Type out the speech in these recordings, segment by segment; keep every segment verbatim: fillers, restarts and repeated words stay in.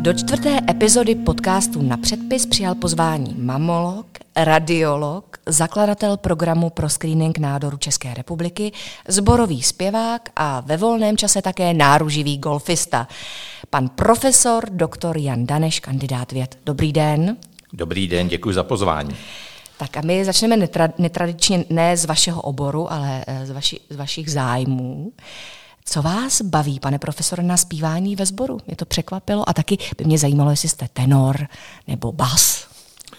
Do čtvrté epizody podcastu Na předpis přijal pozvání mamolog, radiolog, zakladatel programu pro screening nádoru České republiky, sborový zpěvák a ve volném čase také náruživý golfista. Pan profesor doktor Jan Daneš, kandidát věd. Dobrý den. Dobrý den, děkuji za pozvání. Tak a my začneme netra- netradičně ne z vašeho oboru, ale z, vaši- z vašich zájmů. Co vás baví, pane profesore, na zpívání ve sboru? Mě to překvapilo a taky by mě zajímalo, jestli jste tenor nebo bas.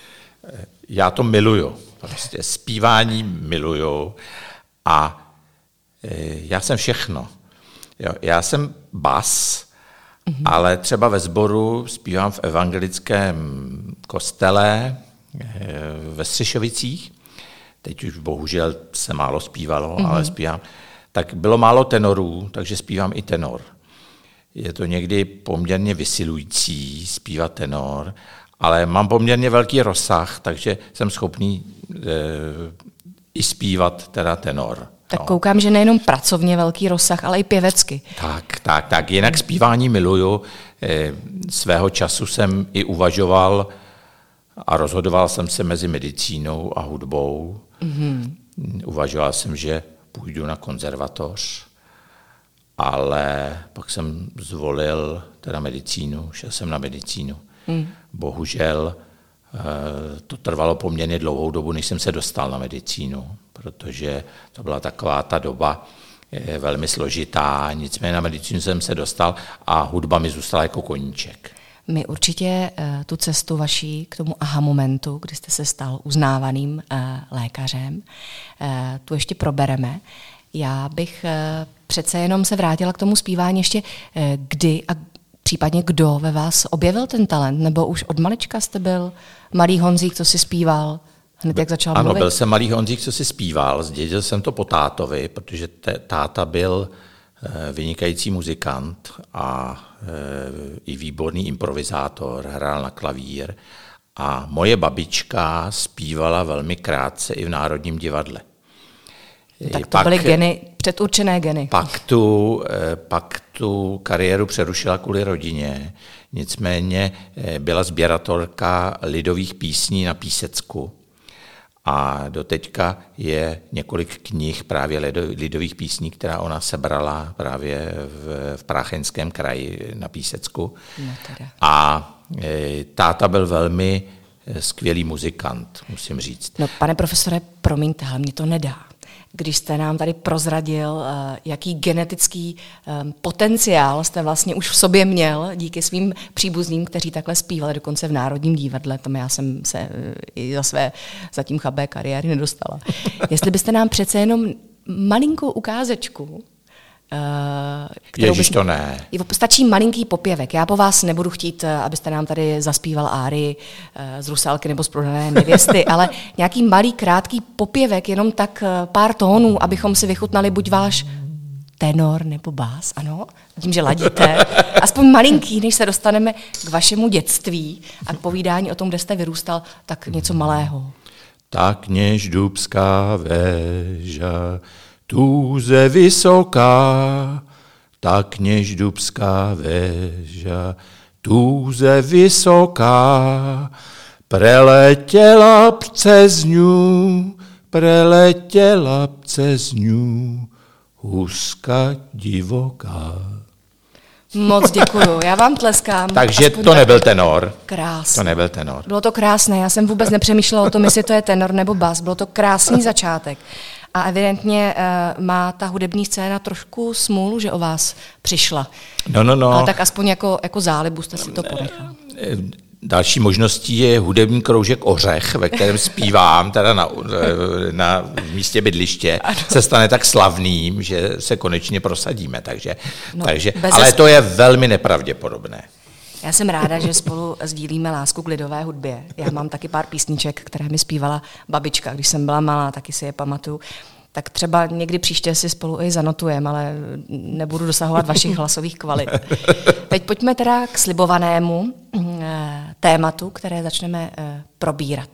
Já to miluju. Prostě zpívání miluju a já jsem všechno. Jo, já jsem bas, mm-hmm. ale třeba ve sboru zpívám v evangelickém kostele ve Střešovicích. Teď už bohužel se málo zpívalo, mm-hmm. ale zpívám. Tak bylo málo tenorů, takže zpívám i tenor. Je to někdy poměrně vysilující zpívat tenor, ale mám poměrně velký rozsah, takže jsem schopný e, i zpívat teda tenor. Tak no. Koukám, že nejenom pracovně velký rozsah, ale i pěvecky. Tak, tak, tak. Jinak zpívání miluju. E, svého času jsem i uvažoval a rozhodoval jsem se mezi medicínou a hudbou. Mm-hmm. Uvažoval jsem, že půjdu na konzervatoř, ale pak jsem zvolil teda medicínu, šel jsem na medicínu. Hmm. Bohužel to trvalo poměrně dlouhou dobu, než jsem se dostal na medicínu, protože to byla taková ta doba velmi složitá, nicméně na medicínu jsem se dostal a hudba mi zůstala jako koníček. My určitě uh, tu cestu vaší k tomu aha momentu, kdy jste se stal uznávaným uh, lékařem, uh, tu ještě probereme. Já bych uh, přece jenom se vrátila k tomu zpívání ještě, uh, kdy a případně kdo ve vás objevil ten talent, nebo už od malička jste byl malý Honzík, co si zpíval, hned jak začal ano, mluvit? Ano, byl jsem malý Honzík, co si zpíval, zdědil jsem to po tátovi, protože te, táta byl vynikající muzikant a e, i výborný improvizátor, hrál na klavír a moje babička zpívala velmi krátce i v Národním divadle. Tak to pak, byly geny, předurčené geny. Pak tu, e, pak tu kariéru přerušila kvůli rodině, nicméně e, byla sběratelka lidových písní na Písecku. A doteďka je několik knih právě lidových písní, která ona sebrala právě v, v Práchenském kraji na Písecku. No teda. A e, táta byl velmi skvělý muzikant, musím říct. No pane profesore, promiňte, ale mě to nedá. Když jste nám tady prozradil, jaký genetický potenciál jste vlastně už v sobě měl díky svým příbuzným, kteří takhle zpívali dokonce v Národním divadle, tam já jsem se i za své zatím chabé kariéry nedostala. Jestli byste nám přece jenom malinkou ukázečku, Ježiš, to ne. Stačí malinký popěvek. Já po vás nebudu chtít, abyste nám tady zaspíval árii z Rusalky nebo z Prodané nevěsty, ale nějaký malý, krátký popěvek, jenom tak pár tónů, abychom si vychutnali buď váš tenor nebo bás, ano? Tím, že ladíte. Aspoň malinký, než se dostaneme k vašemu dětství a k povídání o tom, kde jste vyrůstal, tak něco malého. Tak něž dubská věža, tuze vysoká, tak něž dubská věža, tuze vysoká, preletěla přes ňu, preletěla přes ňu, huska divoká. Moc děkuju, já vám tleskám. Takže to nebyl tenor. Krásný. To nebyl tenor. Bylo to krásné, já jsem vůbec nepřemýšlela o tom, jestli to je tenor nebo bas, bylo to krásný začátek. A evidentně uh, má ta hudební scéna trošku smůlu, že o vás přišla. No, no, no. Ale tak aspoň jako, jako zálibu jste si to ponechal. Další možností je hudební kroužek Ořech, ve kterém zpívám, teda na, na místě bydliště, ano. Se stane tak slavným, že se konečně prosadíme. Takže, no, takže, ale to je velmi nepravděpodobné. Já jsem ráda, že spolu sdílíme lásku k lidové hudbě. Já mám taky pár písniček, které mi zpívala babička, když jsem byla malá, taky si je pamatuju. Tak třeba někdy příště si spolu i zanotujeme, ale nebudu dosahovat vašich hlasových kvalit. Teď pojďme teda k slibovanému tématu, které začneme probírat.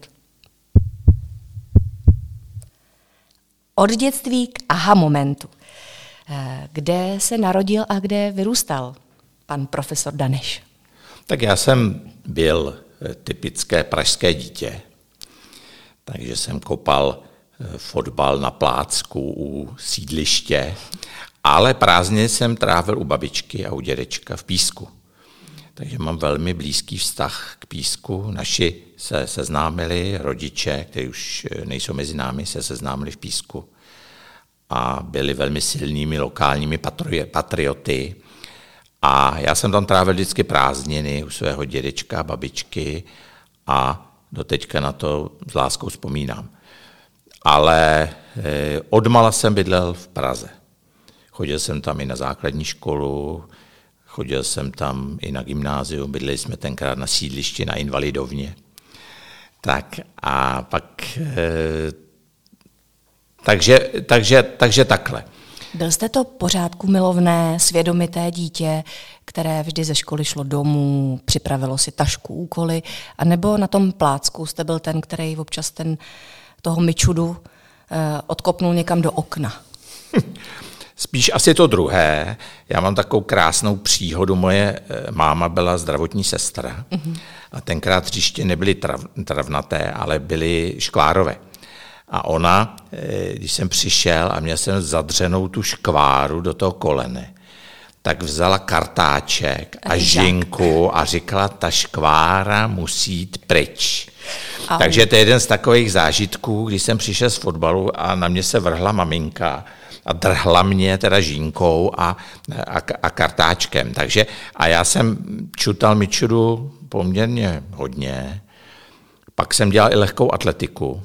Od dětství k aha momentu. Kde se narodil a kde vyrůstal pan profesor Daneš? Tak já jsem byl typické pražské dítě, takže jsem kopal fotbal na plácku u sídliště, ale prázdniny jsem trávil u babičky a u dědečka v Písku. Takže mám velmi blízký vztah k Písku. Naši se seznámili, rodiče, kteří už nejsou mezi námi, se seznámili v Písku a byli velmi silnými lokálními patrioty. A já jsem tam trávil vždycky prázdniny u svého dědečka, babičky a doteďka na to s láskou vzpomínám. Ale eh, odmala jsem bydlel v Praze. Chodil jsem tam i na základní školu, chodil jsem tam i na gymnázium, bydleli jsme tenkrát na sídlišti na Invalidovně. Tak a pak, eh, takže, takže, takže takhle. Byl jste to pořádku milovné, svědomité dítě, které vždy ze školy šlo domů, připravilo si tašku, úkoly, anebo na tom plácku jste byl ten, který občas ten, toho myčudu eh, odkopnul někam do okna? Spíš asi to druhé. Já mám takovou krásnou příhodu. Moje máma byla zdravotní sestra mm-hmm. a tenkrát hřiště nebyly trav, travnaté, ale byly škvárové. A ona, když jsem přišel a měl jsem zadřenou tu škváru do toho kolene, tak vzala kartáček a žinku a říkala, ta škvára musí jít pryč. Ahoj. Takže to je jeden z takových zážitků, když jsem přišel z fotbalu a na mě se vrhla maminka a drhla mě teda žínkou a, a, a kartáčkem. Takže, a já jsem čutal mičudu poměrně hodně. Pak jsem dělal i lehkou atletiku.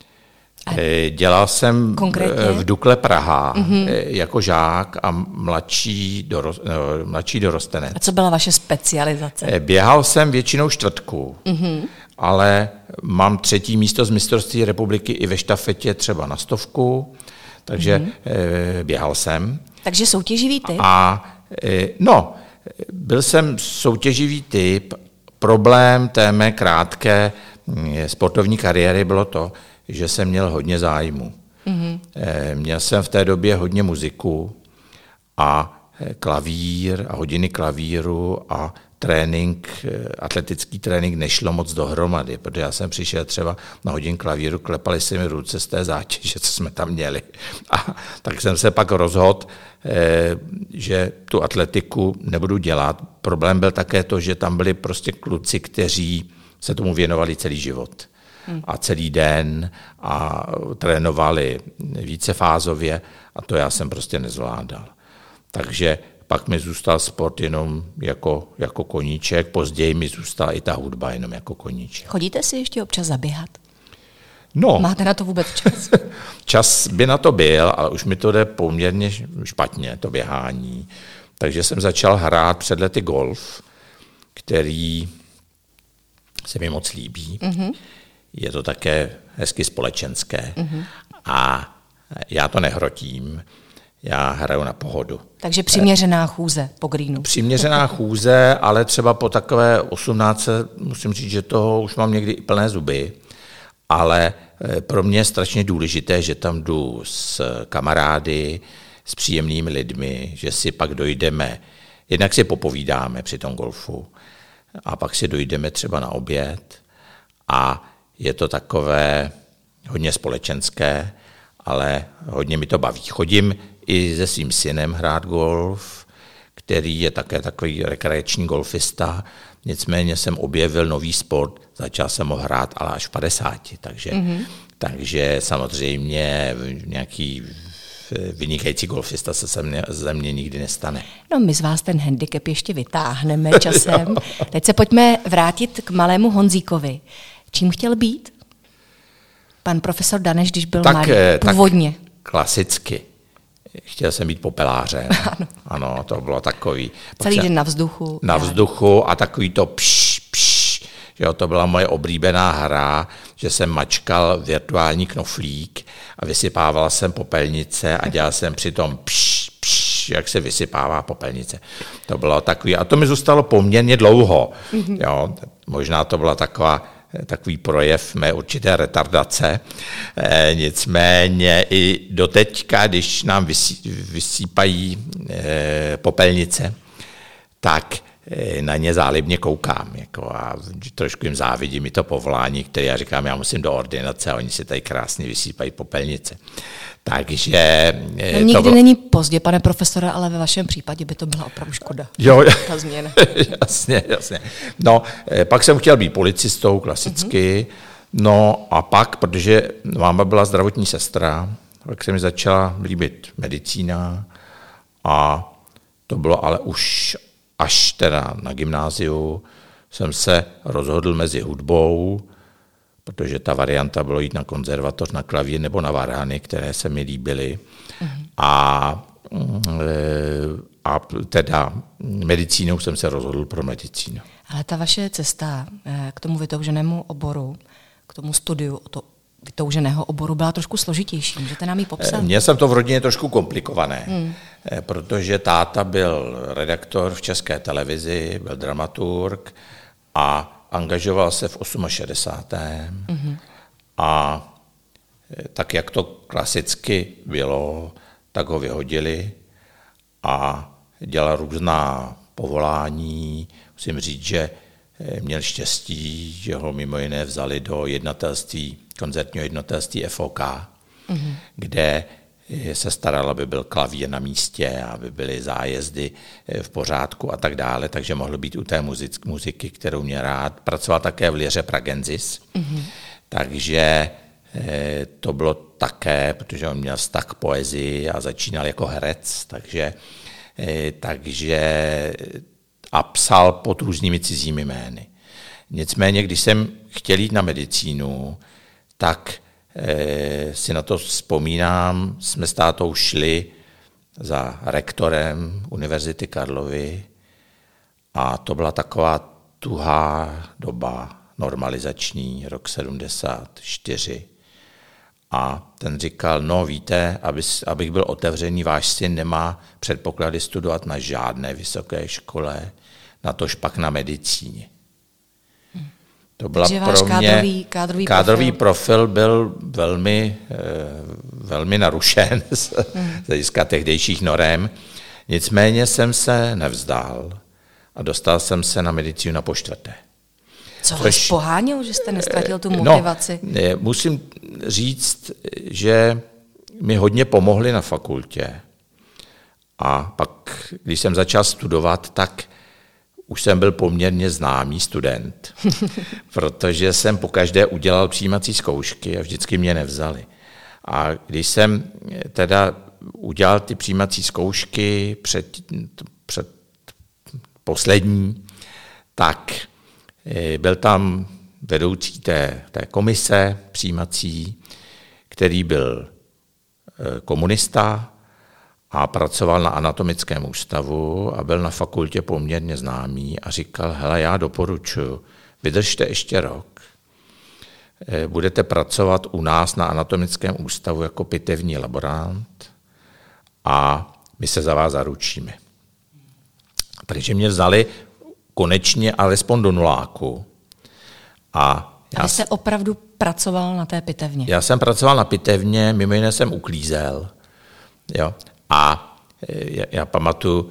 Dělal jsem konkrétně v Dukle Praha mm-hmm. jako žák a mladší, dorost, mladší dorostenec. A co byla vaše specializace? Běhal jsem většinou čtvrtku, mm-hmm. ale mám třetí místo z mistrovství republiky i ve štafetě třeba na stovku, takže mm-hmm. běhal jsem. Takže soutěživý typ? A no, byl jsem soutěživý typ. Problém té mé krátké sportovní kariéry bylo to, že jsem měl hodně zájmu. Mm-hmm. Měl jsem v té době hodně muziku a klavír a hodiny klavíru a trénink, atletický trénink nešlo moc dohromady, protože já jsem přišel třeba na hodin klavíru, klepali se mi ruce z té zátěže, co jsme tam měli. A tak jsem se pak rozhodl, že tu atletiku nebudu dělat. Problém byl také to, že tam byli prostě kluci, kteří se tomu věnovali celý život. A celý den a trénovali vícefázově a to já jsem prostě nezvládal. Takže pak mi zůstal sport jenom jako, jako koníček, později mi zůstala i ta hudba jenom jako koníček. Chodíte si ještě občas zaběhat? No. Máte na to vůbec čas? Čas by na to byl, ale už mi to jde poměrně špatně, to běhání. Takže jsem začal hrát před lety golf, který se mi moc líbí. Mm-hmm. Je to také hezky společenské. Mm-hmm. A já to nehrotím, já hraju na pohodu. Takže přiměřená chůze po greenu. Přiměřená chůze, ale třeba po takové osmnáctce musím říct, že toho už mám někdy plné zuby, ale pro mě je strašně důležité, že tam jdu s kamarády, s příjemnými lidmi, že si pak dojdeme, jednak si popovídáme při tom golfu a pak si dojdeme třeba na oběd a je to takové hodně společenské, ale hodně mi to baví. Chodím i se svým synem hrát golf, který je také takový rekreační golfista. Nicméně jsem objevil nový sport, začal jsem ho hrát ale až v padesáti. Takže, mm-hmm. takže samozřejmě nějaký vynikající golfista se ze mě, ze mě nikdy nestane. No my z vás ten handicap ještě vytáhneme časem. Teď se pojďme vrátit k malému Honzíkovi. Čím chtěl být pan profesor Daneš, když byl tak, malý, původně? Tak klasicky. Chtěl jsem být popelářem. Ano. Ano, to bylo takový. Celý den na vzduchu. Na vzduchu a takový to pš, pš. Jo, to byla moje oblíbená hra, že jsem mačkal virtuální knoflík a vysypával jsem popelnice a dělal jsem přitom pš, pš, jak se vysypává popelnice. To bylo takový, a to mi zůstalo poměrně dlouho. Mm-hmm. Jo, možná to byla taková takový projev mé určité retardace. E, nicméně i doteďka, když nám vysí, vysípají e, popelnice, tak na ně zálibně koukám. Jako, a trošku jim závidím i to povolání, které já říkám, já musím do ordinace a oni si tady krásně vysýpají popelnice. Takže... No, nikdy to bylo... není pozdě, pane profesore, ale ve vašem případě by to byla opravdu škoda. Jo, ta změna. jasně, jasně. No, pak jsem chtěl být policistou klasicky, mm-hmm. no a pak, protože máma byla zdravotní sestra, tak se mi začala líbit medicína a to bylo ale už až teda na gymnáziu jsem se rozhodl mezi hudbou, protože ta varianta bylo jít na konzervatoř, na klavír nebo na varhany, které se mi líbily. Mm-hmm. A, a teda medicínou jsem se rozhodl pro medicínu. Ale ta vaše cesta k tomu vytouženému oboru, k tomu studiu, to vytouženého oboru byla trošku složitější. Můžete nám ji popsat? Měl jsem to v rodině trošku komplikované, hmm. protože táta byl redaktor v České televizi, byl dramaturg a angažoval se v šedesátém osmém Hmm. A tak, jak to klasicky bylo, tak ho vyhodili a dělal různá povolání. Musím říct, že měl štěstí, že ho mimo jiné vzali do jednatelství, koncertního jednatelství F O K, mm-hmm. kde se staral, aby byl klavír na místě, aby byly zájezdy v pořádku a tak dále, takže mohl být u té muziky, kterou mě rád. Pracoval také v Liře Pragensis, mm-hmm. takže to bylo také, protože on měl vztah k poezii a začínal jako herec, takže, takže a psal pod různými cizími jmény. Nicméně, když jsem chtěl jít na medicínu, tak eh, si na to vzpomínám, jsme s tátou šli za rektorem Univerzity Karlovy a to byla taková tuhá doba, normalizační, rok sedmdesát čtyři. A ten říkal, no víte, aby, abych byl otevřený, váš syn nemá předpoklady studovat na žádné vysoké škole, natož pak na medicíně. To byla Takže pro váš mě, kádrový, kádrový, kádrový profil. profil byl velmi, velmi narušen z hlediska tehdejších norem. Nicméně jsem se nevzdal a dostal jsem se na medicínu na počtvrté. Co vás pohánilo, že jste nestratil tu motivaci? No, musím říct, že mi hodně pomohli na fakultě. A pak, když jsem začal studovat, tak už jsem byl poměrně známý student, protože jsem pokaždé udělal přijímací zkoušky a vždycky mě nevzali. A když jsem teda udělal ty přijímací zkoušky před, před poslední, tak byl tam vedoucí té, té komise přijímací, který byl komunista a pracoval na anatomickém ústavu a byl na fakultě poměrně známý a říkal, hele, já doporučuji, vydržte ještě rok, budete pracovat u nás na anatomickém ústavu jako pitevní laborant a my se za vás zaručíme. Takže mě vzali konečně alespoň do nuláku. A já jste opravdu pracoval na té pitevně? Já jsem pracoval na pitevně, mimo jiné jsem uklízel. Jo. A já, já pamatuju,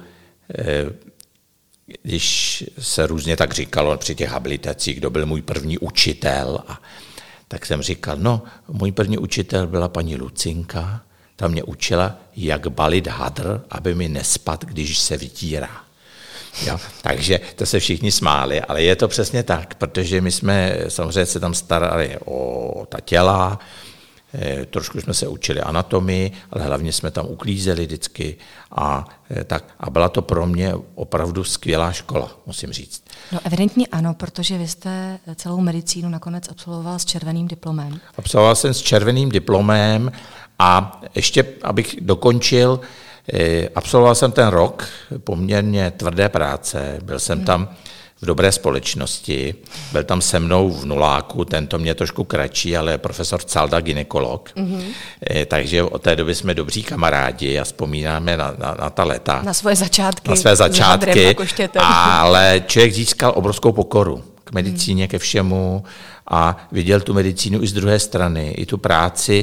když se různě tak říkalo při těch habilitacích, kdo byl můj první učitel, a tak jsem říkal, no, můj první učitel byla paní Lucinka, ta mě učila, jak balit hadr, aby mi nespat, když se vytírá. Jo, takže to se všichni smáli, ale je to přesně tak, protože my jsme samozřejmě se tam starali o ta těla, trošku jsme se učili anatomii, ale hlavně jsme tam uklízeli vždycky a, tak, a byla to pro mě opravdu skvělá škola, musím říct. No evidentně ano, protože vy jste celou medicínu nakonec absolvoval s červeným diplomem. Absolvoval jsem s červeným diplomem a ještě, abych dokončil, absolvoval jsem ten rok poměrně tvrdé práce, byl jsem hmm. tam v dobré společnosti, byl tam se mnou v nuláku, tento mě trošku kratší, ale profesor Calda, gynekolog, hmm. takže od té doby jsme dobří kamarádi a vzpomínáme na, na, na ta léta. Na svoje začátky. Na své začátky, ale člověk získal obrovskou pokoru k medicíně, hmm. ke všemu a viděl tu medicínu i z druhé strany, i tu práci,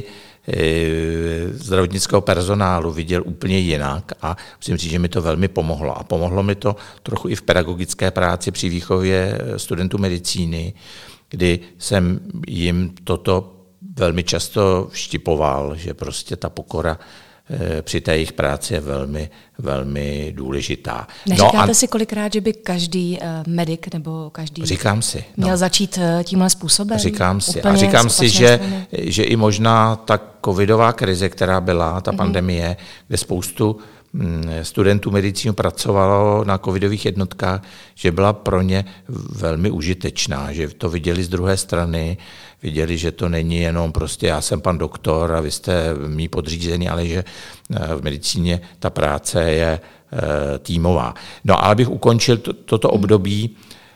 zdravotnického personálu viděl úplně jinak a musím říct, že mi to velmi pomohlo. A pomohlo mi to trochu i v pedagogické práci při výchově studentů medicíny, kdy jsem jim toto velmi často vštipoval, že prostě ta pokora při té jejich práci je velmi, velmi důležitá. Neříkáte no a si kolikrát, že by každý medic nebo každý říkám si, no. měl začít tímhle způsobem? Říkám si. A říkám si, že, že i možná ta covidová krize, která byla, ta mm-hmm. pandemie, kde spoustu studentů medicínu pracovalo na covidových jednotkách, že byla pro ně velmi užitečná, že to viděli z druhé strany, viděli, že to není jenom prostě já jsem pan doktor a vy jste mý podřízený, ale že v medicíně ta práce je týmová. No ale abych ukončil to, toto období,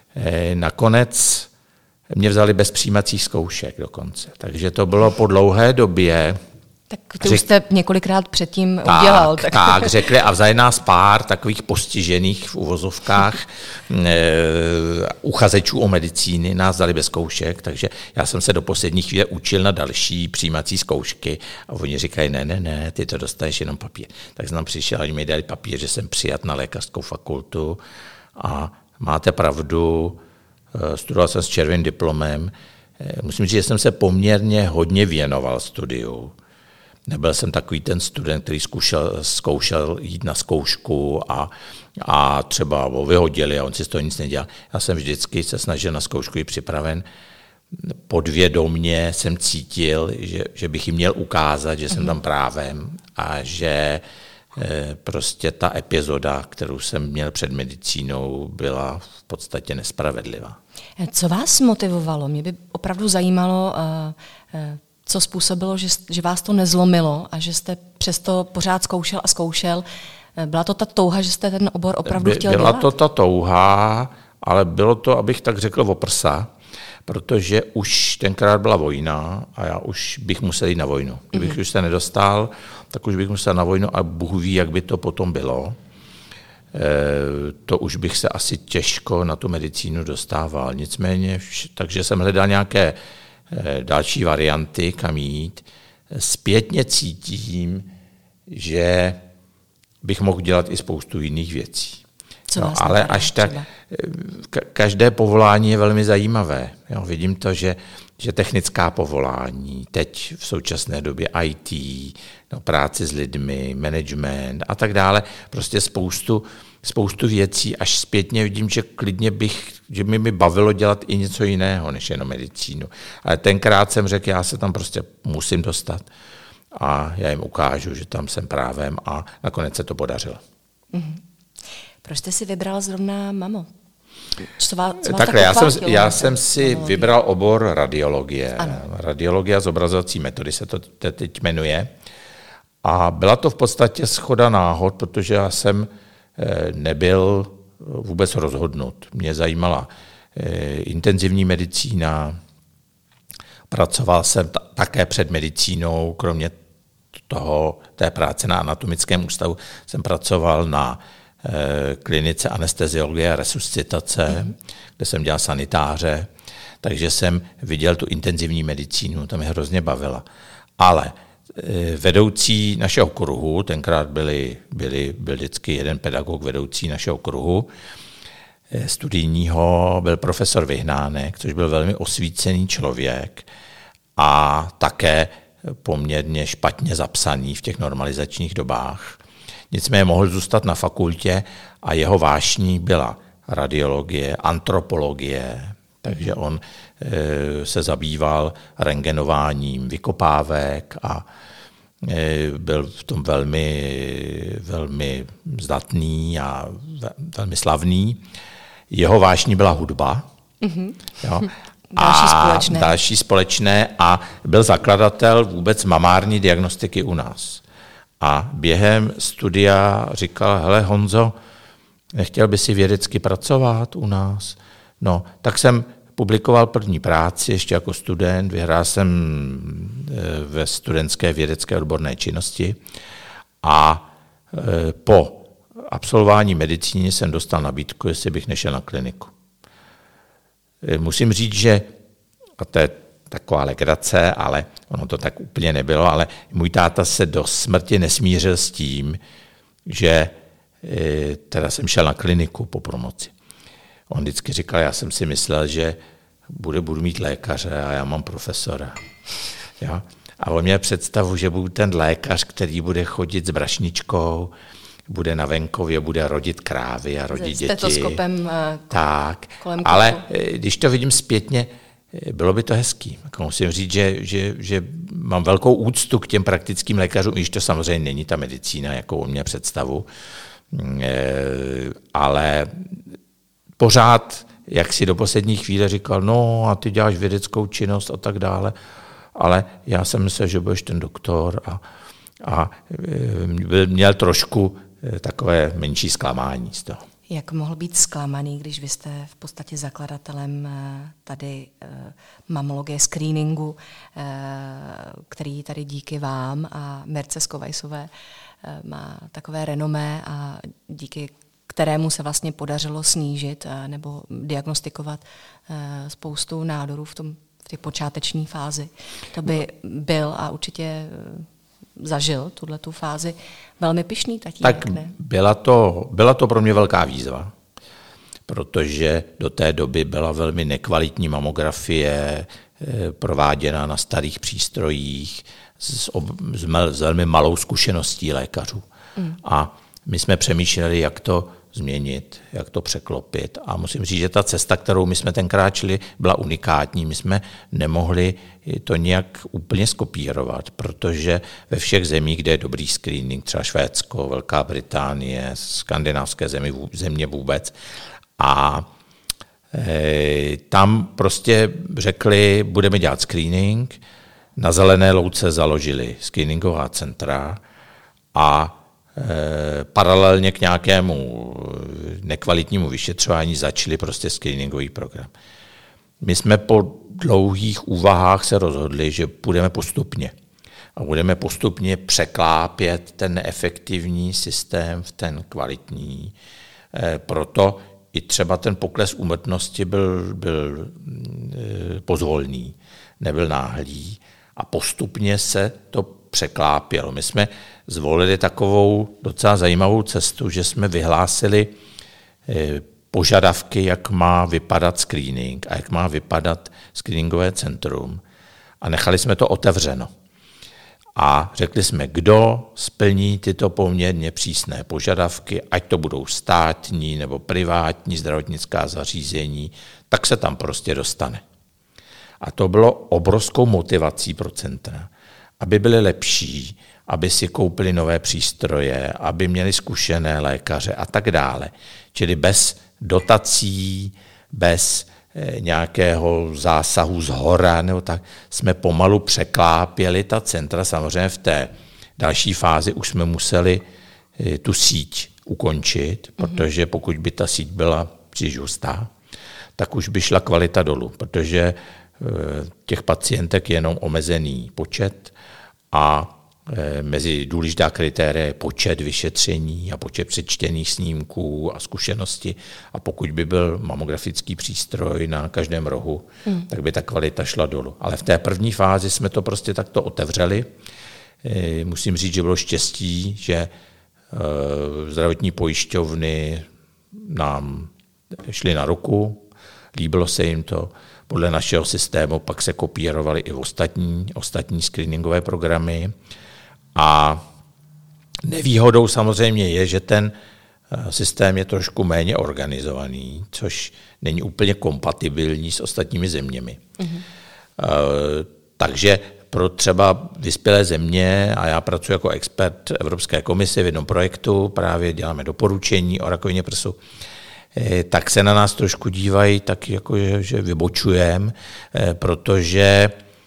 nakonec mě vzali bez přijímacích zkoušek dokonce. Takže to bylo po dlouhé době. Tak ty Řek... už jste několikrát předtím tak, udělal. Tak. tak, řekli a vzali nás pár takových postižených v uvozovkách e, uchazečů o medicíny, nás dali bez zkoušek, takže já jsem se do poslední chvíle učil na další přijímací zkoušky a oni říkají, ne, ne, ne, ty to dostaneš jenom papír. Tak jsem tam přišel a oni mi dali papír, že jsem přijat na lékařskou fakultu a máte pravdu, studoval jsem s červeným diplomem. Musím říct, že jsem se poměrně hodně věnoval studiu. Nebyl jsem takový ten student, který zkoušel, zkoušel jít na zkoušku a, a třeba ho vyhodili a on si z toho nic nedělal. Já jsem vždycky se snažil na zkoušku jít připraven. Podvědomně jsem cítil, že, že bych jim měl ukázat, že jsem tam právem a že eh, prostě ta epizoda, kterou jsem měl před medicínou, byla v podstatě nespravedlivá. Co vás motivovalo? Mě by opravdu zajímalo, uh, uh, co způsobilo, že, že vás to nezlomilo a že jste přesto pořád zkoušel a zkoušel. Byla to ta touha, že jste ten obor opravdu By, chtěl byla dělat? Byla to ta touha, ale bylo to, abych tak řekl, o prsa, protože už tenkrát byla vojna a já už bych musel jít na vojnu. Kdybych mm-hmm. už se nedostal, tak už bych musel na vojnu a Bůh ví, jak by to potom bylo. E, to už bych se asi těžko na tu medicínu dostával. Nicméně, takže jsem hledal nějaké další varianty, kam jít. Zpětně cítím, že bych mohl dělat i spoustu jiných věcí. No, ale až tak, každé povolání je velmi zajímavé. Jo, vidím to, že, že technická povolání, teď v současné době í té, no, práce s lidmi, management a tak dále, prostě spoustu, spoustu věcí, až zpětně vidím, že klidně bych, že mi by bavilo dělat i něco jiného, než jenom medicínu. Ale tenkrát jsem řekl, já se tam prostě musím dostat a já jim ukážu, že tam jsem právem a nakonec se to podařilo. Mm-hmm. Proč jste si vybral zrovna mamo? Co vás, co vás Takhle, tak já jsem, já jsem si mamologie. vybral obor radiologie. Ano. Radiologie a zobrazovací metody se to teď jmenuje. A byla to v podstatě shoda náhod, protože já jsem nebyl vůbec rozhodnut. Mě zajímala intenzivní medicína, pracoval jsem t- také před medicínou, kromě toho, té práce na anatomickém ústavu, jsem pracoval na eh, klinice anesteziologie a resuscitace, mm. kde jsem dělal sanitáře, takže jsem viděl tu intenzivní medicínu, to mě hrozně bavila. Ale eh, vedoucí našeho kruhu, tenkrát byli, byli, byl vždycky jeden pedagog vedoucí našeho kruhu, eh, studijního, byl profesor Vyhnánek, což byl velmi osvícený člověk a také poměrně špatně zapsaný v těch normalizačních dobách. Nicméně mohl zůstat na fakultě a jeho vášní byla radiologie, antropologie, takže on e, se zabýval rentgenováním vykopávek a e, byl v tom velmi, velmi zdatný a velmi slavný. Jeho vášní byla hudba. Mm-hmm. Jo. Další společné. A další společné a byl zakladatel vůbec mamární diagnostiky u nás. A během studia říkal, hele Honzo, nechtěl by si vědecky pracovat u nás? No, tak jsem publikoval první práci ještě jako student, vyhrál jsem ve studentské vědecké odborné činnosti a po absolvování medicíny jsem dostal nabídku, jestli bych nešel na kliniku. Musím říct, že, a to je taková legrace, ale ono to tak úplně nebylo, ale můj táta se do smrti nesmířil s tím, že teda jsem šel na kliniku po promoci. On vždycky říkal, já jsem si myslel, že bude, budu mít lékaře a já mám profesora. Jo? A on měl představu, že budu ten lékař, který bude chodit s brašničkou, bude na venkově, bude rodit krávy a rodit děti. S stetoskopem tak, kolem ale kosu. Když to vidím zpětně, bylo by to hezký. Musím říct, že, že, že mám velkou úctu k těm praktickým lékařům, když to samozřejmě není ta medicína, jakou on měl představu, ale pořád, jak si do poslední chvíle říkal, no a ty děláš vědeckou činnost a tak dále, ale já jsem myslel, že budeš ten doktor a, a měl trošku takové menší zklamání z toho. Jak mohl být zklamaný, když vy jste v podstatě zakladatelem tady mamologie screeningu, který tady díky vám a Mirce Skovajsové má takové renomé a díky kterému se vlastně podařilo snížit nebo diagnostikovat spoustu nádorů v tom v té počáteční fázi. To by byl a určitě zažil tuhletu fázi velmi pyšný tatínek, tak ne? Byla to, byla to pro mě velká výzva, protože do té doby byla velmi nekvalitní mamografie prováděna na starých přístrojích s, ob, s, s velmi malou zkušeností lékařů. Mm. A my jsme přemýšleli, jak to změnit, jak to překlopit. A musím říct, že ta cesta, kterou my jsme tenkrát šli, byla unikátní. My jsme nemohli to nějak úplně skopírovat, protože ve všech zemích, kde je dobrý screening, třeba Švédsko, Velká Británie, skandinávské země, země vůbec, a e, tam prostě řekli, budeme dělat screening, na Zelené louce založili screeningová centra a E, paralelně k nějakému nekvalitnímu vyšetřování začali prostě screeningový program. My jsme po dlouhých úvahách se rozhodli, že půjdeme postupně. A budeme postupně překlápět ten neefektivní systém v ten kvalitní. E, proto i třeba ten pokles úmrtnosti byl, byl e, pozvolný, nebyl náhlý a postupně se to překlápělo. My jsme zvolili takovou docela zajímavou cestu, že jsme vyhlásili požadavky, jak má vypadat screening a jak má vypadat screeningové centrum a nechali jsme to otevřeno. A řekli jsme, kdo splní tyto poměrně přísné požadavky, ať to budou státní nebo privátní zdravotnická zařízení, tak se tam prostě dostane. A to bylo obrovskou motivací pro centra, aby byli lepší, aby si koupili nové přístroje, aby měli zkušené lékaře a tak dále. Čili bez dotací, bez nějakého zásahu zhora, nebo tak jsme pomalu překlápěli ta centra. Samozřejmě v té další fázi už jsme museli tu síť ukončit, mm-hmm. protože pokud by ta síť byla příliš hustá, tak už by šla kvalita dolů, protože těch pacientek je jenom omezený počet a mezi důležitá kritéria je počet vyšetření a počet přečtených snímků a zkušenosti. A pokud by byl mamografický přístroj na každém rohu, hmm. tak by ta kvalita šla dolů. Ale v té první fázi jsme to prostě takto otevřeli. Musím říct, že bylo štěstí, že zdravotní pojišťovny nám šly na ruku, líbilo se jim to. Podle našeho systému pak se kopírovaly i ostatní, ostatní screeningové programy. A nevýhodou samozřejmě je, že ten systém je trošku méně organizovaný, což není úplně kompatibilní s ostatními zeměmi. Mm-hmm. Takže pro třeba vyspělé země, a já pracuji jako expert Evropské komise v jednom projektu, právě děláme doporučení o rakovině prsu, tak se na nás trošku dívají tak, jako že, že vybočujeme, protože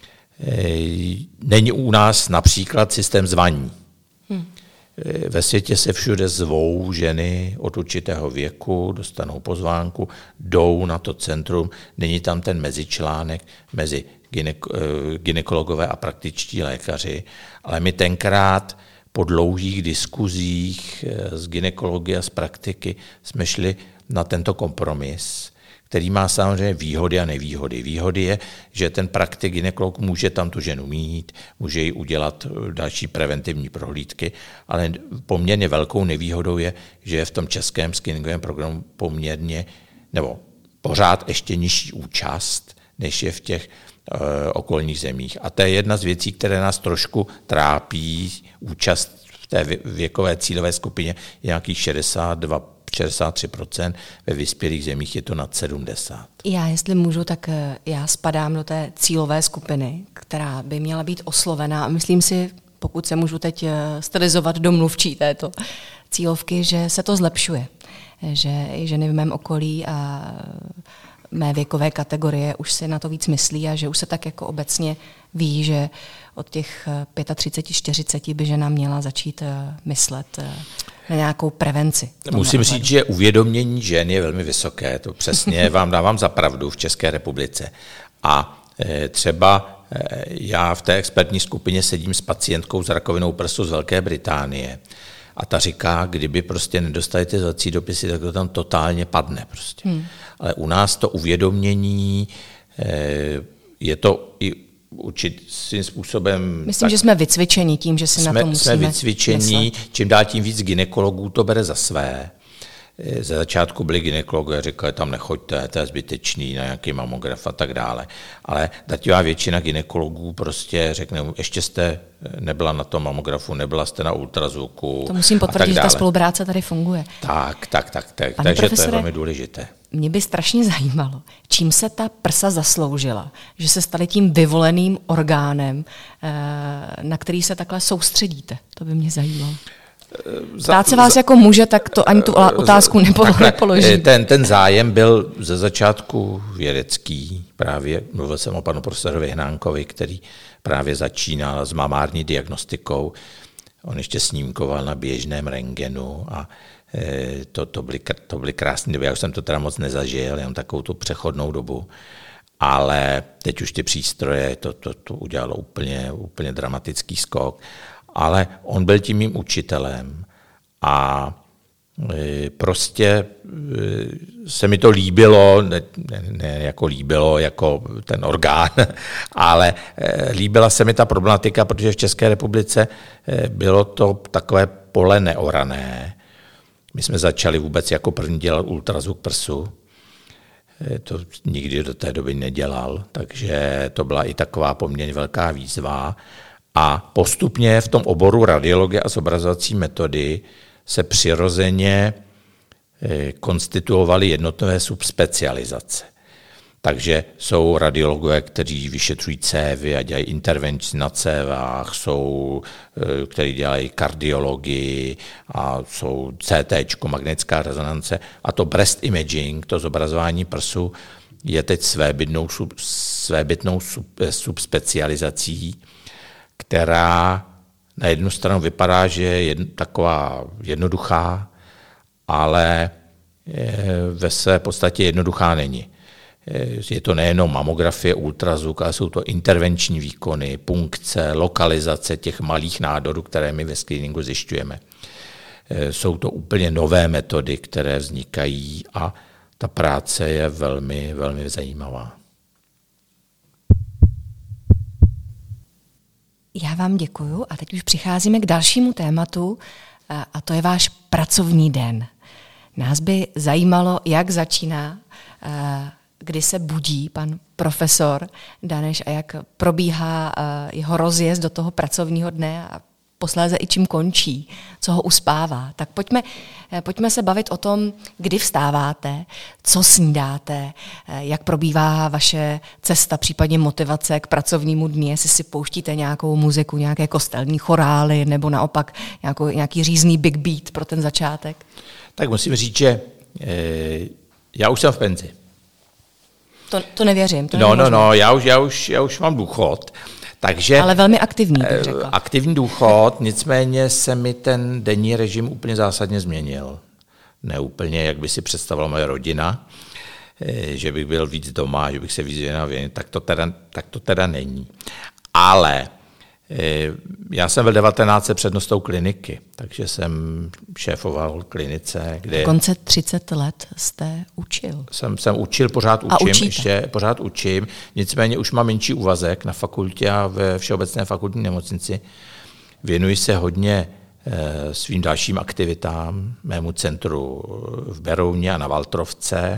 není u nás například systém zvaní. Hmm. Ve světě se všude zvou ženy od určitého věku, dostanou pozvánku, jdou na to centrum, není tam ten mezičlánek mezi gynekologové a praktičtí lékaři, ale my tenkrát po dlouhých diskuzích z gynekologie a z praktiky jsme šli na tento kompromis, který má samozřejmě výhody a nevýhody. Výhody je, že ten praktik gynekolog může tam tu ženu mít, může jí udělat další preventivní prohlídky, ale poměrně velkou nevýhodou je, že je v tom českém screeningovém programu poměrně, nebo pořád ještě nižší účast, než je v těch uh, okolních zemích. A to je jedna z věcí, které nás trošku trápí. Účast v té věkové cílové skupině je nějakých šedesát dva šedesát tři procent, ve vyspělých zemích je to nad sedmdesát. Já, jestli můžu, tak já spadám do té cílové skupiny, která by měla být oslovená. A myslím si, pokud se můžu teď stylizovat do mluvčí této cílovky, že se to zlepšuje. Že i ženy v mém okolí a mé věkové kategorie už si na to víc myslí a že už se tak jako obecně ví, že od těch třicet pět čtyřicet by žena měla začít myslet na nějakou prevenci. Musím říct, že uvědomění žen je velmi vysoké, to přesně vám dávám za pravdu v České republice. A třeba já v té expertní skupině sedím s pacientkou s rakovinou prsu z Velké Británie a ta říká, kdyby prostě nedostali ty zvací dopisy, tak to tam totálně padne prostě. Hmm. Ale u nás to uvědomění je to i určitým způsobem... Myslím, tak, že jsme vycvičení tím, že si jsme, na to musíme Jsme vycvičení, myslet. Čím dál tím víc gynekologů to bere za své. Ze začátku byli gynekologové, říkali, tam nechoďte, to je zbytečný, na nějaký mamograf a tak dále. Ale drtivá většina gynekologů prostě řekne, ještě jste nebyla na tom mamografu, nebyla jste na ultrazvuku. To musím potvrdit, že ta spolupráce tady funguje. Tak, tak, tak. tak takže to je velmi důležité. Mě by strašně zajímalo, čím se ta prsa zasloužila, že se stali tím vyvoleným orgánem, na který se takhle soustředíte. To by mě zajímalo. Ptát se vás za, jako muže, tak to ani tu otázku nepoložím. Ten, ten zájem byl ze začátku vědecký. Právě mluvil jsem o panu profesorovi Hnánkovi, který právě začínal s mamární diagnostikou. On ještě snímkoval na běžném rentgenu a to, to, byly, to byly krásné doby. Já už jsem to teda moc nezažil, jenom takovou tu přechodnou dobu. Ale teď už ty přístroje, to, to, to udělalo úplně, úplně dramatický skok. Ale on byl tím mým učitelem a prostě se mi to líbilo, ne, ne jako líbilo jako ten orgán, ale líbila se mi ta problematika, protože v České republice bylo to takové pole neorané. My jsme začali vůbec jako první dělat ultrazvuk prsu. To nikdy do té doby nedělal, takže to byla i taková poměrně velká výzva. A postupně v tom oboru radiologie a zobrazovací metody se přirozeně konstituovaly jednotlivé subspecializace. Takže jsou radiologové, kteří vyšetřují cévy a dělají intervenci na cévách, jsou, kteří dělají kardiologii a jsou C T, magnetická rezonance. A to breast imaging, to zobrazování prsu, je teď svébytnou, svébytnou sub, subspecializací, která na jednu stranu vypadá, že je jedno, taková jednoduchá, ale ve své podstatě jednoduchá není. Je to nejenom mamografie, ultrazvuk, ale jsou to intervenční výkony, punkce, lokalizace těch malých nádorů, které my ve screeningu zjišťujeme. Jsou to úplně nové metody, které vznikají a ta práce je velmi, velmi zajímavá. Já vám děkuju a teď už přicházíme k dalšímu tématu a to je váš pracovní den. Nás by zajímalo, jak začíná, kdy se budí pan profesor Daneš a jak probíhá jeho rozjezd do toho pracovního dne a posléze i čím končí, co ho uspává. Tak pojďme, pojďme se bavit o tom, kdy vstáváte, co snídáte, jak probíhá vaše cesta, případně motivace k pracovnímu dni, jestli si pouštíte nějakou muziku, nějaké kostelní chorály nebo naopak nějakou, nějaký řízný big beat pro ten začátek. Tak musím říct, že e, já už jsem v penzi. To, to nevěřím. To no, no, no, já už, já, už, já už mám důchod. Takže, ale velmi aktivní, bych řekla. Aktivní důchod, nicméně se mi ten denní režim úplně zásadně změnil. Ne úplně, jak by si představila moje rodina, že bych byl víc doma, že bych se víc věnoval, tak to teda, tak to teda není. Ale Já jsem byl devatenáct let přednostou kliniky, takže jsem šéfoval klinice, kde... Konce třicet let jste učil. Jsem, jsem učil, pořád učím, ještě pořád učím, nicméně už mám menší úvazek na fakultě a ve Všeobecné fakultní nemocnici. Věnuji se hodně e, svým dalším aktivitám, mému centru v Berouně a na Valtrovce,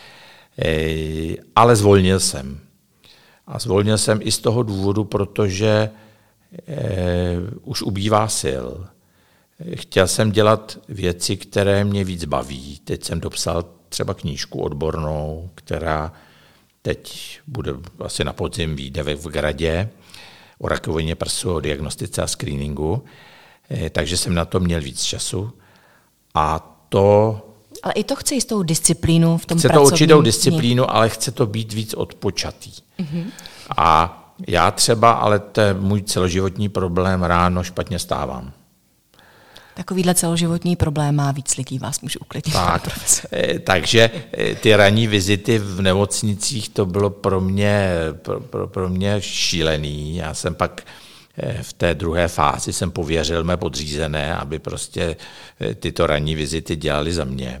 e, ale zvolnil jsem. A zvolnil jsem i z toho důvodu, protože Eh, už ubývá sil. Chtěl jsem dělat věci, které mě víc baví. Teď jsem dopsal třeba knížku odbornou, která teď bude asi na podzim vyjde v Gradě o rakovině prsu, o diagnostice a screeningu. Eh, takže jsem na to měl víc času. A to... Ale i to chce jistou disciplínu v tom chce pracovním... Chce to určitou disciplínu, ale chce to být víc odpočatý. Mm-hmm. A já třeba, ale to je můj celoživotní problém, ráno špatně stávám. Takovýhle celoživotní problém má víc lidí, vás můžu uklidnit. Tak, takže ty ranní vizity v nemocnicích, to bylo pro mě, pro, pro, pro mě šílený. Já jsem pak v té druhé fázi jsem pověřil mé podřízené, aby prostě tyto ranní vizity dělali za mě.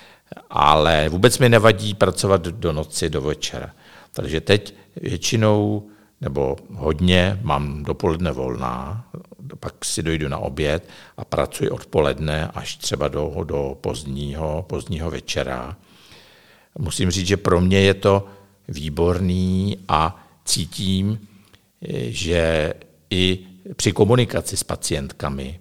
Ale vůbec mi nevadí pracovat do noci, do večera. Takže teď většinou nebo hodně mám dopoledne volná, pak si dojdu na oběd a pracuji odpoledne až třeba do, do pozdního, pozdního večera. Musím říct, že pro mě je to výborný a cítím, že i při komunikaci s pacientkami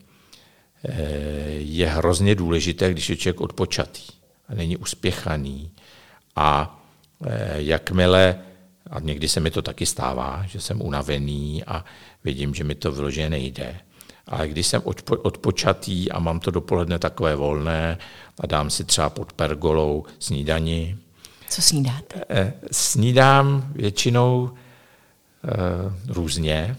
je hrozně důležité, když je člověk odpočatý a není uspěchaný. A jakmile a někdy se mi to taky stává, že jsem unavený a vidím, že mi to vyloženě nejde. Ale když jsem odpočatý a mám to dopoledne takové volné a dám si třeba pod pergolou snídani. Co snídáte? Snídám většinou eh, různě,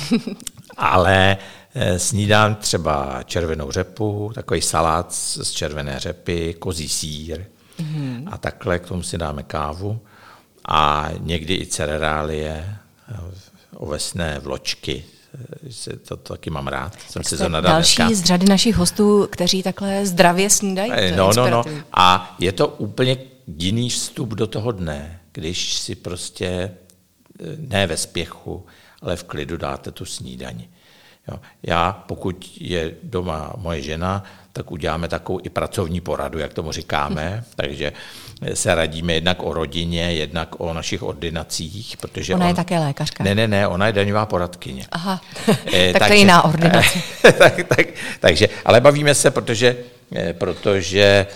ale snídám třeba červenou řepu, takový salát z červené řepy, kozí sýr mm-hmm. a takhle k tomu si dáme kávu. A někdy i cereálie, ovesné vločky, to, to taky mám rád. Jsem si to nadal další dneska. Z řady našich hostů, kteří takhle zdravě snídají. No, no, no. A je to úplně jiný vstup do toho dne, když si prostě ne ve spěchu, ale v klidu dáte tu snídani. Jo. Já, pokud je doma moje žena, tak uděláme takovou i pracovní poradu, jak tomu říkáme, takže se radíme jednak o rodině, jednak o našich ordinacích. Protože ona on, je také lékařka. Ne, ne, ne, ona je daňová poradkyně. Aha, e, tak takže, to je jiná ordinace. tak, tak, takže, ale bavíme se, protože, protože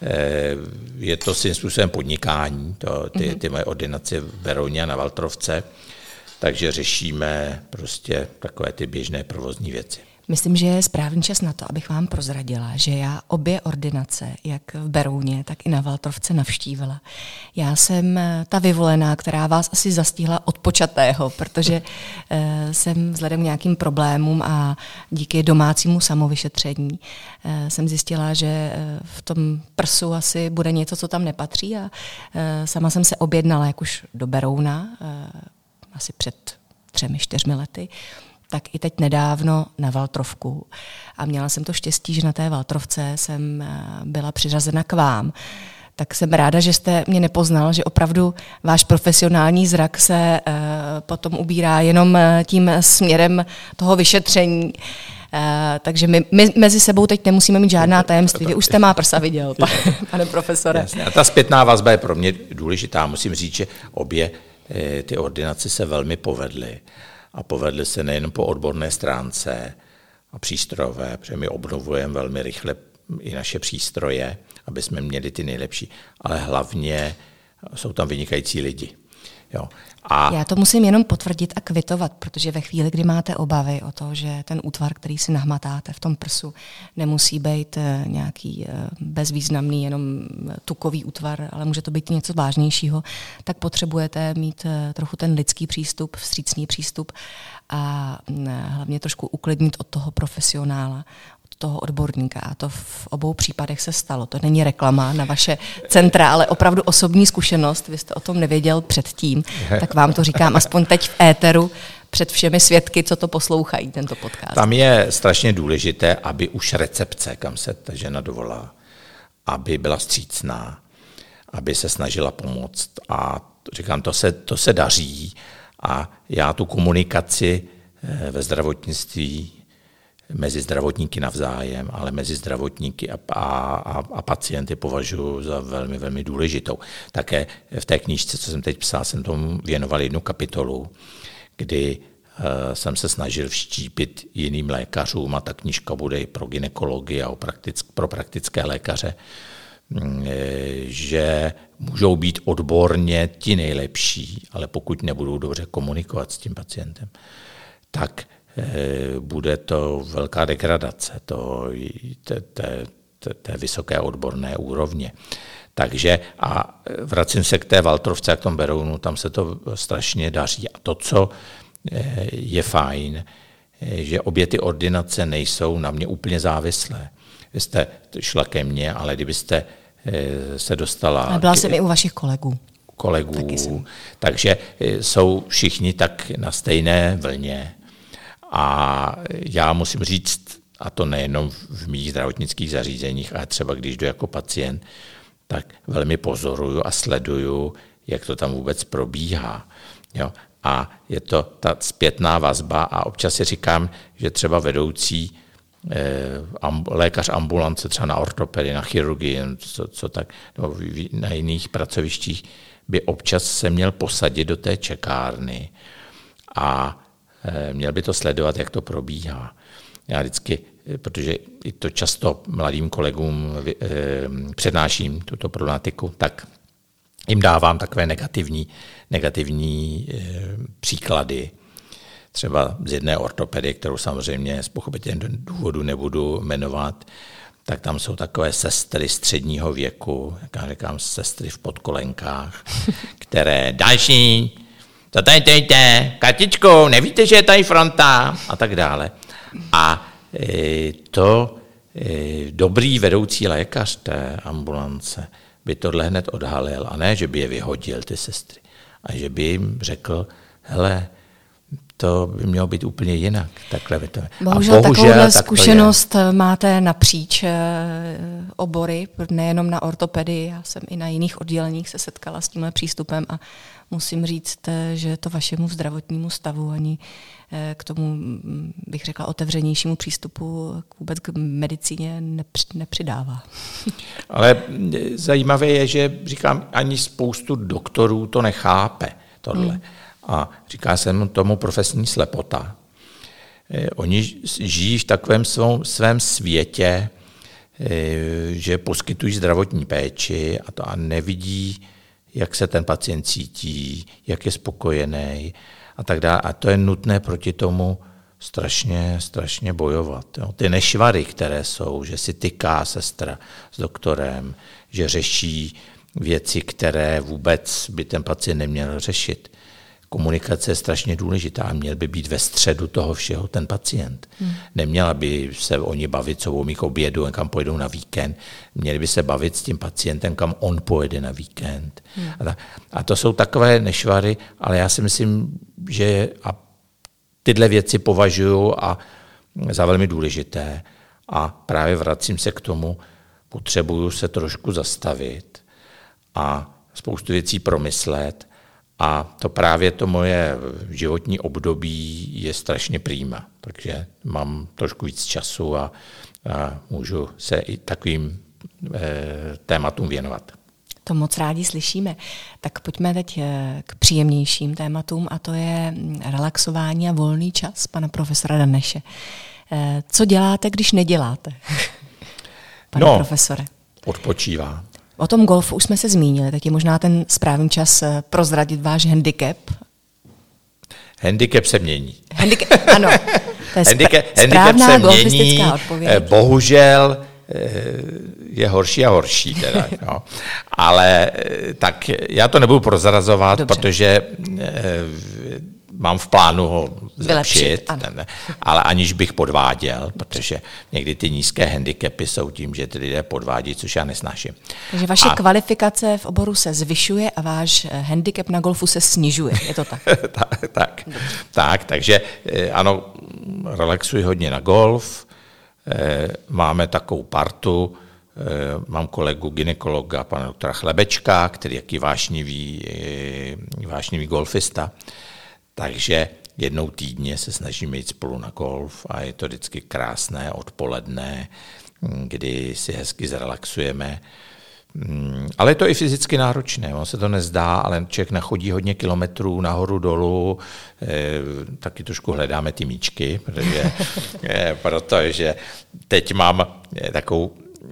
je to svým způsobem podnikání, to, ty, ty moje ordinace v Berouně a na Valtrovce, takže řešíme prostě takové ty běžné provozní věci. Myslím, že je správný čas na to, abych vám prozradila, že já obě ordinace, jak v Berouně, tak i na Valtrovce navštívila. Já jsem ta vyvolená, která vás asi zastihla odpočatého, protože uh, jsem vzhledem k nějakým problémům a díky domácímu samovyšetření uh, jsem zjistila, že uh, v tom prsu asi bude něco, co tam nepatří a uh, sama jsem se objednala jak už do Berouna, uh, asi před třemi, čtyřmi lety, tak i teď nedávno na Valtrovku. A měla jsem to štěstí, že na té Valtrovce jsem byla přiřazena k vám. Tak jsem ráda, že jste mě nepoznal, že opravdu váš profesionální zrak se uh, potom ubírá jenom tím směrem toho vyšetření. Uh, takže my, my mezi sebou teď nemusíme mít žádná tajemství. Vy už jste má prsa viděl, pane, pane profesore. Jasně. A ta zpětná vazba je pro mě důležitá. Musím říct, že obě eh, ty ordinace se velmi povedly. A povedly se nejen po odborné stránce a přístrojové, protože my obnovujeme velmi rychle i naše přístroje, aby jsme měli ty nejlepší, ale hlavně jsou tam vynikající lidi. Jo. A já to musím jenom potvrdit a kvitovat, protože ve chvíli, kdy máte obavy o to, že ten útvar, který si nahmatáte v tom prsu, nemusí být nějaký bezvýznamný, jenom tukový útvar, ale může to být něco vážnějšího, tak potřebujete mít trochu ten lidský přístup, vstřícný přístup a hlavně trošku uklidnit od toho profesionála, toho odborníka. A to v obou případech se stalo. To není reklama na vaše centra, ale opravdu osobní zkušenost. Vy jste o tom nevěděl předtím, tak vám to říkám aspoň teď v éteru, před všemi svědky, co to poslouchají, tento podcast. Tam je strašně důležité, aby už recepce, kam se ta žena dovolá, aby byla vstřícná, aby se snažila pomoct. A říkám, to se, to se daří a já tu komunikaci ve zdravotnictví mezi zdravotníky navzájem, ale mezi zdravotníky a, a, a pacienty považuji za velmi, velmi důležitou. Také v té knížce, co jsem teď psal, jsem tomu věnoval jednu kapitolu, kdy uh, jsem se snažil vštípit jiným lékařům a ta knížka bude i pro gynekologii a praktick, pro praktické lékaře, že můžou být odborně ti nejlepší, ale pokud nebudou dobře komunikovat s tím pacientem, tak bude to velká degradace to, té, té, té vysoké odborné úrovně. Takže a vracím se k té Waltrovce a k tomu Berounu, tam se to strašně daří. A to, co je fajn, že obě ty ordinace nejsou na mě úplně závislé. Vy jste šla ke mně, ale kdybyste se dostala... A byla jsem i u vašich kolegů. Kolegů, takže jsou všichni tak na stejné vlně. A já musím říct, a to nejenom v mých zdravotnických zařízeních, ale třeba když jdu jako pacient, tak velmi pozoruju a sleduju, jak to tam vůbec probíhá. Jo? A je to ta zpětná vazba a občas si říkám, že třeba vedoucí eh, lékař ambulance, třeba na ortopedii, na chirurgii, co, co tak, no, na jiných pracovištích, by občas se měl posadit do té čekárny a měl by to sledovat, jak to probíhá. Já vždycky, protože i to často mladým kolegům přednáším, tuto problematiku, tak jim dávám takové negativní, negativní příklady. Třeba z jedné ortopedie, kterou samozřejmě z pochopitelných důvodů nebudu jmenovat, tak tam jsou takové sestry středního věku, jak já říkám, sestry v podkolenkách, které další, to tady dejte, Katičko, nevíte, že je tady fronta a tak dále. A e, to e, dobrý vedoucí lékař té ambulance by tohle hned odhalil a ne, že by je vyhodil ty sestry, a že by jim řekl, hele, to by mělo být úplně jinak. Takhle by to... Bohužel, bohužel takovouhle zkušenost je. Máte napříč obory, nejenom na ortopedii, já jsem i na jiných odděleních se setkala s tímhle přístupem a musím říct, že to vašemu zdravotnímu stavu ani k tomu, bych řekla, otevřenějšímu přístupu vůbec k medicíně nepřidává. Ale zajímavé je, že říkám, ani spoustu doktorů to nechápe, tohle. Hmm. A říká se tomu profesní slepota. Oni žijí v takovém svém, svém světě, že poskytují zdravotní péči a to a nevidí, jak se ten pacient cítí, jak je spokojený a tak dále. A to je nutné proti tomu strašně, strašně bojovat. Jo. Ty nešvary, které jsou, že si tyká sestra s doktorem, že řeší věci, které vůbec by ten pacient neměl řešit. Komunikace je strašně důležitá a měl by být ve středu toho všeho ten pacient. Hmm. Neměla by se oni bavit, co budou mít k obědu, kam pojedou na víkend. Měli by se bavit s tím pacientem, kam on pojede na víkend. Hmm. A, a to jsou takové nešvary, ale já si myslím, že a tyhle věci považuji a za velmi důležité. A právě vracím se k tomu, potřebuju se trošku zastavit a spoustu věcí promyslet. A to právě to moje životní období je strašně prima, takže mám trošku víc času a, a můžu se i takovým e, tématům věnovat. To moc rádi slyšíme. Tak pojďme teď k příjemnějším tématům a to je relaxování a volný čas pana profesora Daneše. E, co děláte, když neděláte, pane no, profesore? Odpočívá. O tom golfu už jsme se zmínili, teď je možná ten správný čas prozradit váš handicap. Handicap se mění. Handicap, ano, to je handicap, spra- správná handicap se golfistická mění, odpověď. Bohužel je horší a horší. Teda, no. Ale tak já to nebudu prozrazovat, Dobře. protože mám v plánu ho zlepšit, ten, ale aniž bych podváděl, protože někdy ty nízké handicapy jsou tím, že ty lidé podvádí, což já nesnáším. Takže vaše a... kvalifikace v oboru se zvyšuje a váš handicap na golfu se snižuje, je to tak? tak, tak, tak, takže ano, relaxuji hodně na golf, máme takovou partu, mám kolegu gynekologa, pana doktora Chlebečka, který je jaký vášnivý, vášnivý golfista, takže jednou týdně se snažíme jít spolu na golf a je to vždycky krásné odpoledne, kdy si hezky zrelaxujeme. Ale je to i fyzicky náročné, on se to nezdá, ale člověk nachodí hodně kilometrů nahoru dolů, taky trošku hledáme ty míčky, protože, protože teď mám takovou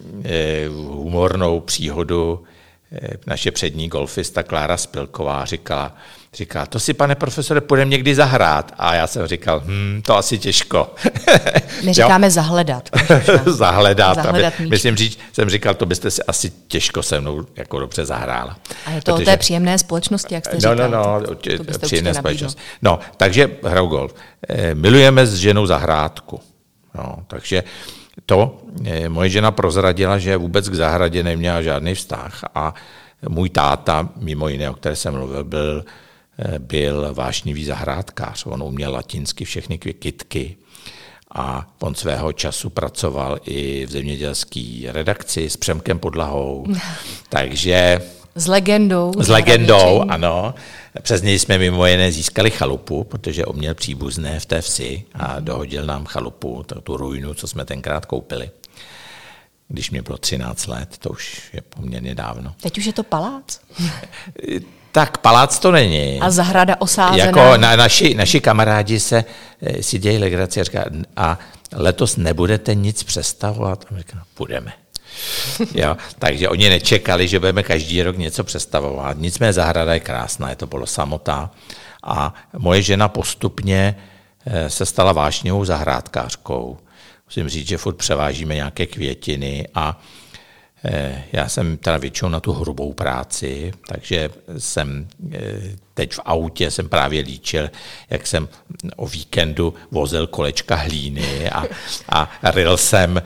humornou příhodu. Naše přední golfista Klára Spilková říkala, říkala, to si, pane profesore, půjdeme někdy zahrát. A já jsem říkal, hm, to asi těžko. Neříkáme zahledat. zahledat. zahledat aby, myslím, říct, jsem říkal, to byste si asi těžko se mnou jako dobře zahrála. A je to protože, o té příjemné společnosti, jak jste říkal. No, no, no, to, to příjemné společnosti. No, takže hraju golf. Milujeme s ženou zahrádku. No, takže to moje žena prozradila, že vůbec k zahradě neměla žádný vztah a můj táta, mimo jiné, o které jsem mluvil, byl, byl vášnivý zahrádkář. On uměl latinsky všechny kytky a on svého času pracoval i v zemědělské redakci s Přemkem Podlahou. Takže... S legendou. S legendou, ano. Přes něj jsme mimo jiné získali chalupu, protože on měl příbuzné v té vsi a dohodil nám chalupu, tu ruinu, co jsme tenkrát koupili. Když mě bylo třináct let, to už je poměrně dávno. Teď už je to palác? Tak palác to není. A zahrada osázená? Jako na, naši, naši kamarádi se si dějí legraci a říkají, a letos nebudete nic přestavovat? A my říkáme, budeme. Jo, takže oni nečekali, že budeme každý rok něco přestavovat. Nicméně zahrada je krásná, je to bylo samota. A moje žena postupně se stala vášnivou zahrádkářkou. Musím říct, že furt převážíme nějaké květiny a já jsem teda většinou na tu hrubou práci, takže jsem teď v autě jsem právě líčil, jak jsem o víkendu vozil kolečka hlíny a, a ryl jsem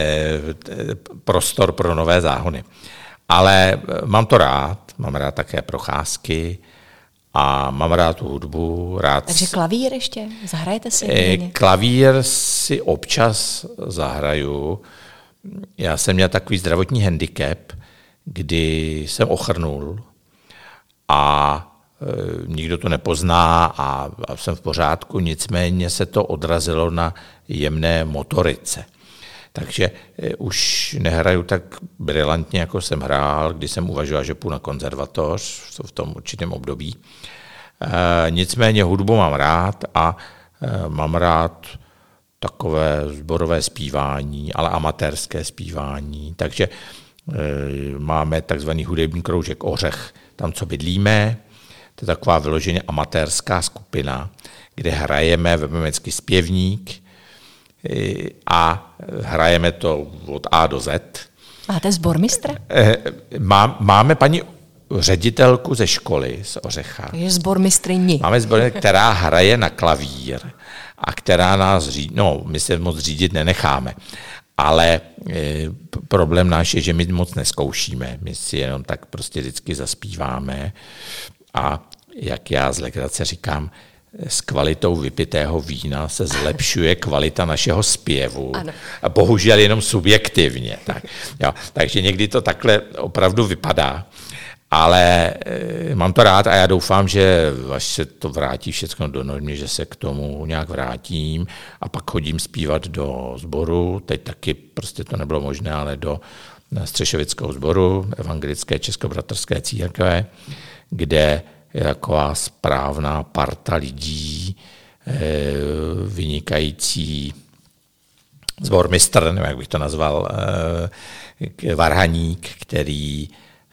prostor pro nové záhony. Ale mám to rád, mám rád také procházky a mám rád tu hudbu. Rád takže klavír ještě? Zahrajete si? Klavír si občas zahraju. Já jsem měl takový zdravotní handicap, kdy jsem ochrnul a e, nikdo to nepozná a, a jsem v pořádku, nicméně se to odrazilo na jemné motorice. Takže e, už nehraju tak brilantně, jako jsem hrál, když jsem uvažoval, že půjdu na konzervatoř v tom určitém období. E, nicméně hudbu mám rád a e, mám rád takové sborové zpívání, ale amatérské zpívání. Takže e, máme takzvaný hudební kroužek Ořech, tam, co bydlíme. To je taková vyloženě amatérská skupina, kde hrajeme, vezmeme vždycky zpěvník e, a hrajeme to od A do Z. Máte sbormistra? E, má, máme paní ředitelku ze školy z Ořecha. Je sbormistryni. Máme sbormistryni, která hraje na klavír a která nás řídí, no, my se moc řídit nenecháme, ale e, problém náš je, že my moc neskoušíme, my si jenom tak prostě vždycky zaspíváme a jak já z legrace říkám, s kvalitou vypitého vína se zlepšuje kvalita našeho zpěvu. Ano. A bohužel jenom subjektivně. Tak, jo, takže někdy to takhle opravdu vypadá. Ale e, mám to rád a já doufám, že až se to vrátí všechno do normy, že se k tomu nějak vrátím a pak chodím zpívat do sboru. Teď taky prostě to nebylo možné, ale do Střešovického sboru, evangelické českobratrské církve, kde je taková správná parta lidí, e, vynikající sbormistr, nevím, jak bych to nazval, e, varhaník, který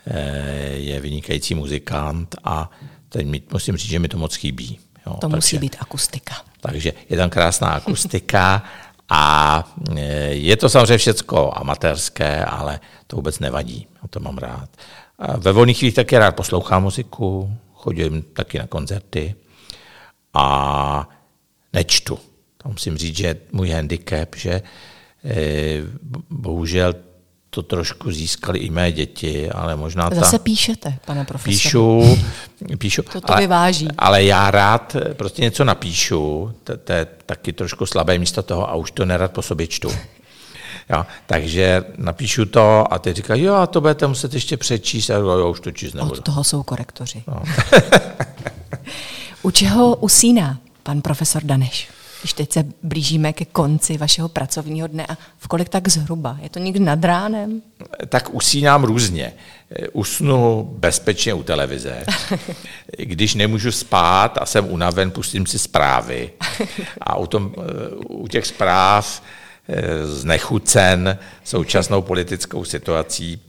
je vynikající muzikant a teď musím říct, že mi to moc chybí. Jo, to takže, musí být akustika. Takže je tam krásná akustika A je to samozřejmě všecko amatérské, ale to vůbec nevadí, a to mám rád. A ve volných chvílích taky rád poslouchám muziku, chodím taky na koncerty a nečtu. To musím říct, že je můj handicap, že bohužel to trošku získali i mé děti, ale možná ta... Zase píšete, pane profesore. Píšu, píšu. To to vyváží. Ale, ale já rád prostě něco napíšu, to, to je taky trošku slabé místo toho a už to nerad po sobě čtu. Jo, takže napíšu to a ty říkají, jo, a to budete muset ještě přečíst, a jo, už to číst nebudu. Od toho jsou korektoři. No. U čeho usíná pan profesor Daneš? Když teď se blížíme ke konci vašeho pracovního dne a v kolik tak zhruba? Je to někdy nad ránem? Tak usínám různě. Usnu bezpečně u televize. Když nemůžu spát a jsem unaven, pustím si zprávy. A u, tom, u těch zpráv znechucen současnou politickou situací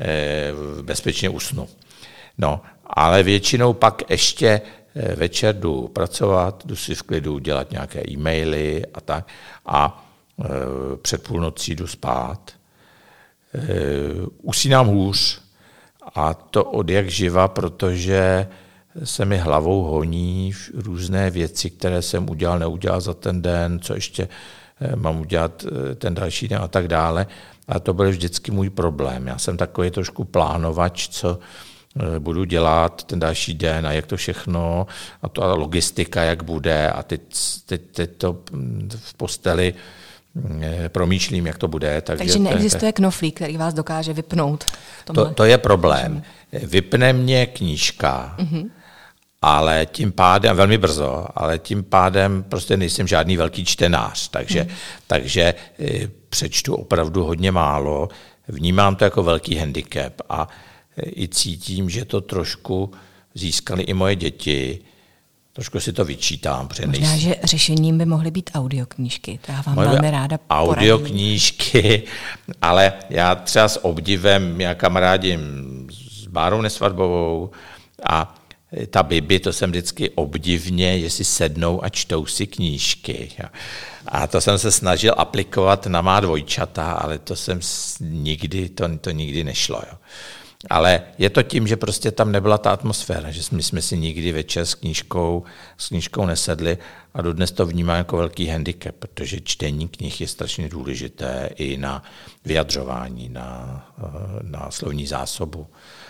bezpečně usnu. No, ale většinou pak ještě večer jdu pracovat, jdu si v klidu dělat nějaké e-maily a tak a e, před půlnocí jdu spát. E, usínám hůř a to od jak živa, protože se mi hlavou honí různé věci, které jsem udělal, neudělal za ten den, co ještě mám udělat ten další den a tak dále. A to byl vždycky můj problém. Já jsem takový trošku plánovač, co budu dělat ten další den a jak to všechno, a to a logistika, jak bude, a teď, teď, teď to v posteli promýšlím, jak to bude. Takže, takže neexistuje knoflík, který vás dokáže vypnout? To, to je problém. Vypne mě knížka, mm-hmm. ale tím pádem, velmi brzo, ale tím pádem prostě nejsem žádný velký čtenář, takže, mm. takže přečtu opravdu hodně málo, vnímám to jako velký handicap a i cítím, že to trošku získali i moje děti. Trošku si to vyčítám. Možná, že řešením by mohly být audioknížky. To já vám moje velmi ráda poradím. Audioknížky, ale já třeba s obdivem, já kamarádím s Bárou Nesvadbovou a ta Bibi, to jsem vždycky obdivně, že si sednou a čtou si knížky. A to jsem se snažil aplikovat na má dvojčata, ale to jsem nikdy, to, to nikdy nešlo. Jo. Ale je to tím, že prostě tam nebyla ta atmosféra, že my jsme si nikdy večer s knížkou, s knížkou nesedli a dodnes to vnímám jako velký handicap, protože čtení knih je strašně důležité i na vyjadřování, na, na slovní zásobu.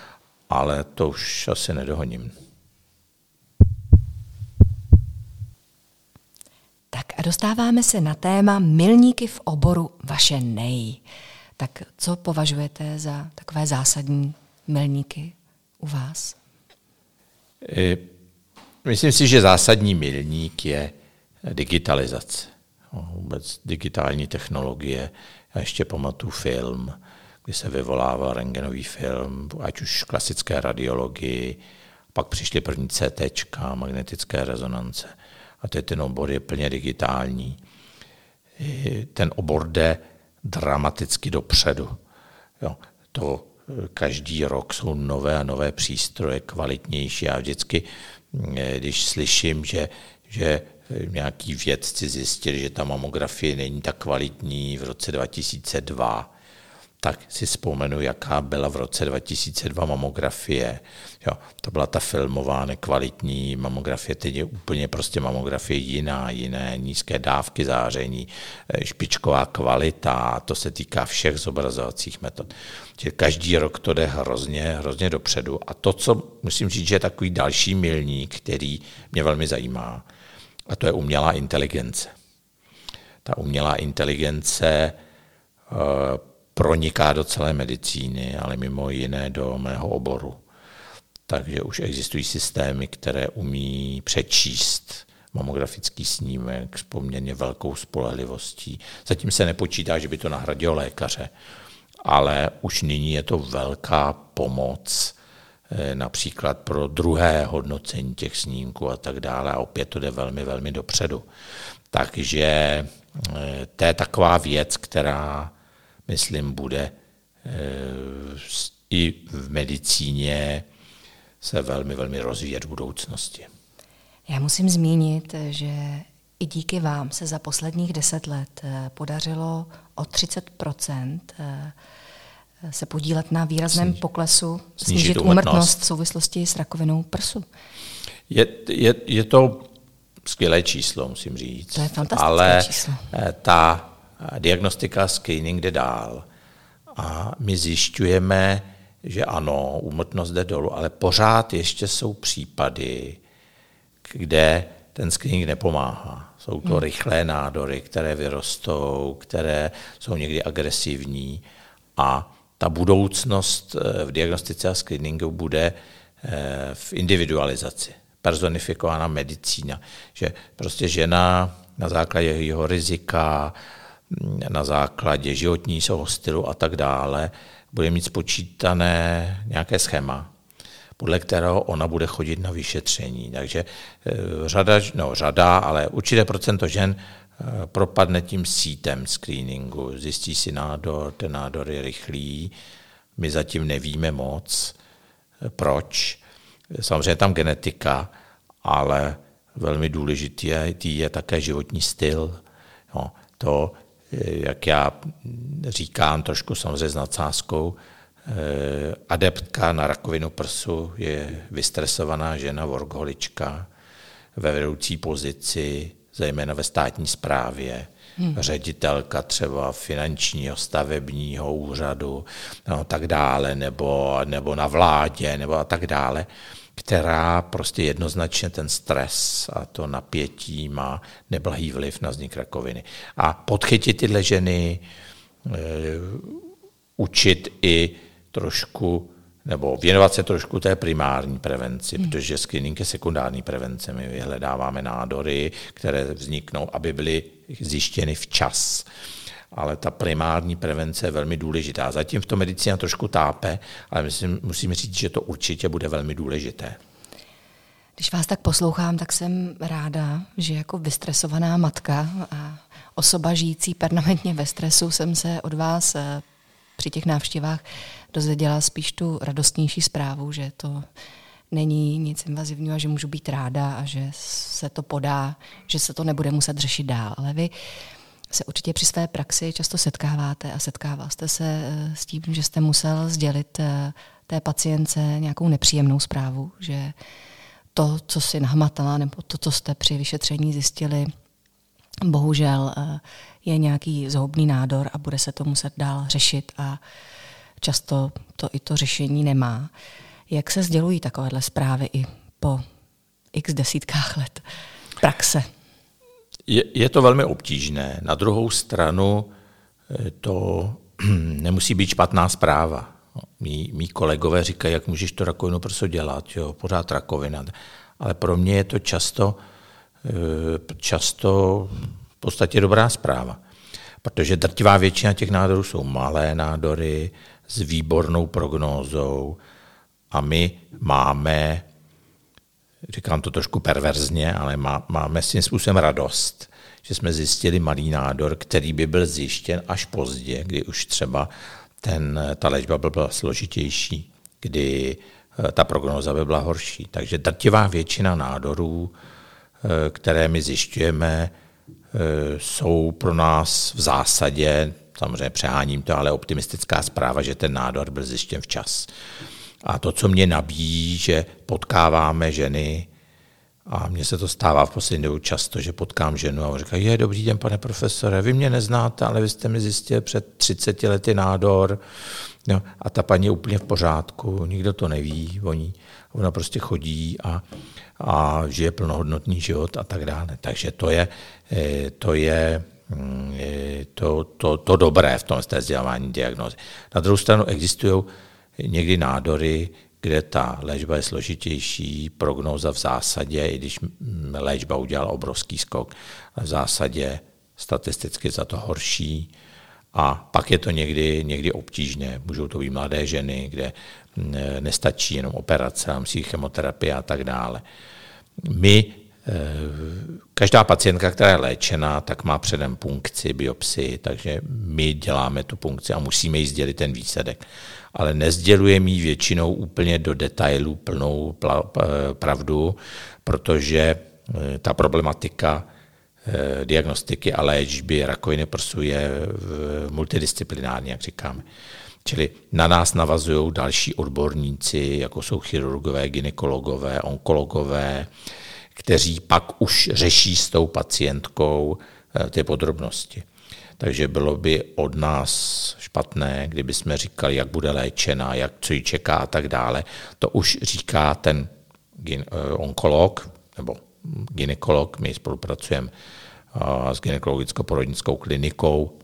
Ale to už asi nedohoním. Tak a dostáváme se na téma milníky v oboru vaše nej. Tak co považujete za takové zásadní milníky u vás? Myslím si, že zásadní milník je digitalizace. Vůbec digitální technologie. Já ještě pamatuju film, kdy se vyvolával rentgenový film, ať už klasické radiologii, pak přišly první C T čka, magnetické rezonance. A teď ten obor je plně digitální. Ten obor jde dramaticky dopředu. Jo, to každý rok jsou nové a nové přístroje, kvalitnější. Já vždycky, když slyším, že, že nějaký vědci zjistili, že ta mamografie není tak kvalitní v roce dva tisíce dva, tak si vzpomenu, jaká byla v roce dva tisíce dva mamografie. Jo, to byla ta filmová, nekvalitní mamografie, teď je úplně prostě mamografie jiná, jiné nízké dávky záření, špičková kvalita, to se týká všech zobrazovacích metod. Že každý rok to jde hrozně, hrozně dopředu. A to, co musím říct, že je takový další milník, který mě velmi zajímá, a to je umělá inteligence. Ta umělá inteligence proniká do celé medicíny, ale mimo jiné do mého oboru. Takže už existují systémy, které umí přečíst mamografický snímek s poměrně velkou spolehlivostí. Zatím se nepočítá, že by to nahradilo lékaře, ale už nyní je to velká pomoc například pro druhé hodnocení těch snímků a tak dále a opět to jde velmi, velmi dopředu. Takže to je taková věc, která myslím, bude i v medicíně se velmi, velmi rozvíjet v budoucnosti. Já musím zmínit, že I díky vám se za posledních deset let podařilo o třicet procent se podílet na výrazném Sníž, poklesu, snížit, snížit úmrtnost v souvislosti s rakovinou prsu. Je, je, je to skvělé číslo, musím říct. To je fantastické ale číslo. Ta diagnostika, screening jde dál. A my zjišťujeme, že ano, úmrtnost jde dolů, ale pořád ještě jsou případy, kde ten screening nepomáhá. Jsou to hmm. rychlé nádory, které vyrostou, které jsou někdy agresivní a ta budoucnost v diagnostice a screeningu bude v individualizaci, personifikovaná medicína, že prostě žena na základě jeho rizika, na základě životního stylu a tak dále bude mít spočítané nějaké schéma, podle kterého ona bude chodit na vyšetření. Takže řada, no řada, ale určité procento žen propadne tím sítem screeningu, zjistí si nádor, ten nádor je rychlý, my zatím nevíme moc, proč. Samozřejmě tam genetika, ale velmi důležitý je, je také životní styl. No, to, jak já říkám trošku samozřejmě s nadsázkou, adeptka na rakovinu prsu je vystresovaná žena, workoholička, ve vedoucí pozici, zejména ve státní správě, hmm. ředitelka třeba finančního, stavebního úřadu, no, tak dále, nebo, nebo na vládě, nebo a tak dále, která prostě jednoznačně ten stres a to napětí má neblahý vliv na vznik rakoviny. A podchytit tyhle ženy, e, učit i trošku, nebo věnovat se trošku té primární prevenci, hmm. protože screening je sekundární prevence. My vyhledáváme nádory, které vzniknou, aby byly zjištěny včas. Ale ta primární prevence je velmi důležitá. Zatím v tom medicína trošku tápe, ale myslím, musím říct, že to určitě bude velmi důležité. Když vás tak poslouchám, tak jsem ráda, že jako vystresovaná matka a osoba žijící permanentně ve stresu jsem se od vás při těch návštěvách dozvěděla spíš tu radostnější zprávu, že to není nic invazivního a že můžu být ráda a že se to podá, že se to nebude muset řešit dál. Ale vy se určitě při své praxi často setkáváte a setkával jste se s tím, že jste musel sdělit té pacientce nějakou nepříjemnou zprávu, že to, co si nahmatala, nebo to, co jste při vyšetření zjistili, bohužel je nějaký zhoubný nádor a bude se to muset dál řešit a často to i to řešení nemá. Jak se sdělují takovéhle zprávy i po x desítkách let praxe? Je, je to velmi obtížné. Na druhou stranu to nemusí být špatná zpráva. Mí, mí kolegové říkají, jak můžeš to rakovinu prsu dělat, jo, pořád rakovina. Ale pro mě je to často, často v podstatě dobrá zpráva. Protože drtivá většina těch nádorů jsou malé nádory s výbornou prognózou a my máme, říkám to trošku perverzně, ale má, máme s tím způsobem radost, že jsme zjistili malý nádor, který by byl zjištěn až pozdě, kdy už třeba ten, ta léčba by byla složitější, kdy ta prognóza by byla horší. Takže drtivá většina nádorů, které my zjišťujeme, jsou pro nás v zásadě, samozřejmě přeháním to, ale optimistická zpráva, že ten nádor byl zjištěn včas. A to, co mě nabíjí, že potkáváme ženy, a mně se to stává v poslední době často, že potkám ženu a on říká, je, dobrý den, pane profesore, vy mě neznáte, ale vy jste mi zjistil před třiceti lety nádor. No, a ta paní je úplně v pořádku, nikdo to neví o ní. Ona prostě chodí a, a žije plnohodnotný život a tak dále. Takže to je, to je to, to, to dobré v tom vzdělávání diagnózy. Na druhou stranu existují někdy nádory, kde ta léčba je složitější, prognóza v zásadě, i když léčba udělala obrovský skok, v zásadě statisticky za to horší. A pak je to někdy, někdy obtížné. Můžou to být mladé ženy, kde nestačí jenom operace, musí chemoterapie a tak dále. My, každá pacientka, která je léčená, tak má předem punkci, biopsii, takže my děláme tu punkci a musíme jí sdělit ten výsledek. Ale nezdělujeme jí většinou úplně do detailů plnou pravdu, protože ta problematika diagnostiky a léčby rakoviny prsu je multidisciplinární, jak říkáme. Čili na nás navazují další odborníci, jako jsou chirurgové, gynekologové, onkologové, kteří pak už řeší s tou pacientkou ty podrobnosti. Takže bylo by od nás špatné, kdyby jsme říkali, jak bude léčena, jak, co ji čeká a tak dále. To už říká ten onkolog nebo gynekolog. My spolupracujeme s gynekologicko-porodnickou klinikou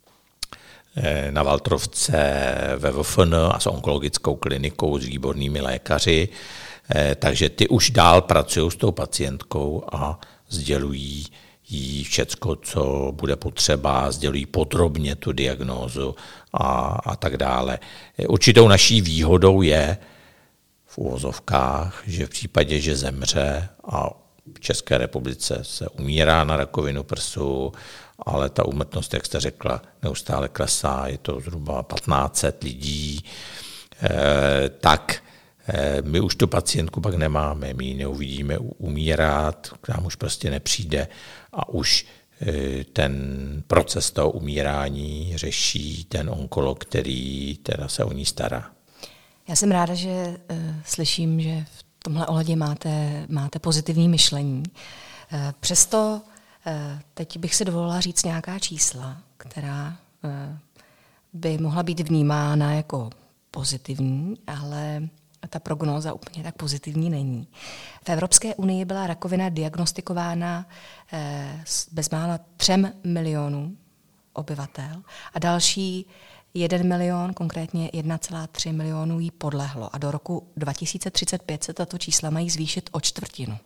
na Valtrovce ve V F N a s onkologickou klinikou s výbornými lékaři. Takže ty už dál pracují s tou pacientkou a sdělují jí všecko, co bude potřeba, sdělují podrobně tu diagnózu a, a tak dále. Určitou naší výhodou je v uvozovkách, že v případě, že zemře, a v České republice se umírá na rakovinu prsu, ale ta úmrtnost, jak jste řekla, neustále klesá, je to zhruba patnáct set lidí, eh, tak eh, my už tu pacientku pak nemáme, my ji neuvidíme umírat, k nám už prostě nepřijde a už eh, ten proces toho umírání řeší ten onkolog, který teda se o ní stará. Já jsem ráda, že uh, slyším, že v tomhle ohledě máte, máte pozitivní myšlení. Uh, přesto uh, teď bych si dovolila říct nějaká čísla, která uh, by mohla být vnímána jako pozitivní, ale ta prognóza úplně tak pozitivní není. V Evropské unii byla rakovina diagnostikována uh, bezmála třem milionů obyvatel a další jeden milion, konkrétně jedna celá tři milionu jí podlehlo a do roku dva tisíce třicet pět se tato čísla mají zvýšit o čtvrtinu.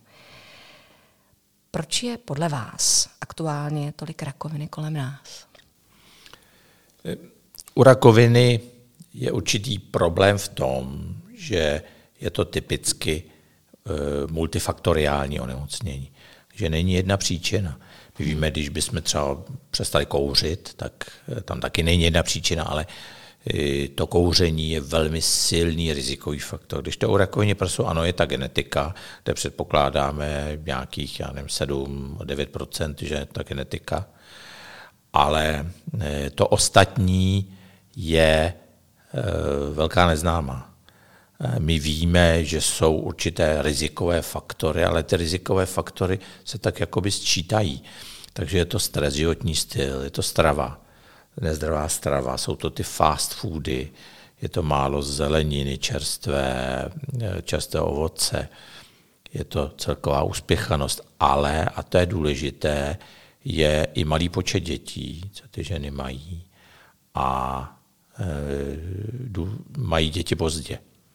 Proč je podle vás aktuálně tolik rakoviny kolem nás? U rakoviny je určitý problém v tom, že je to typicky multifaktoriální onemocnění, že není jedna příčina. My víme, když bychom třeba přestali kouřit, tak tam taky není jedna příčina, ale to kouření je velmi silný rizikový faktor. Když to u rakovině prsu, ano, je ta genetika, kde předpokládáme nějakých, já nevím, sedm až devět procent, že ta genetika, ale to ostatní je velká neznámá. My víme, že jsou určité rizikové faktory, ale ty rizikové faktory se tak jakoby sčítají. Takže je to stres, životní styl, je to strava, nezdravá strava, jsou to ty fast foody, je to málo zeleniny, čerstvé, čerstvé ovoce, je to celková uspěchanost, ale, a to je důležité, je i malý počet dětí, co ty ženy mají a e, mají děti pozdě.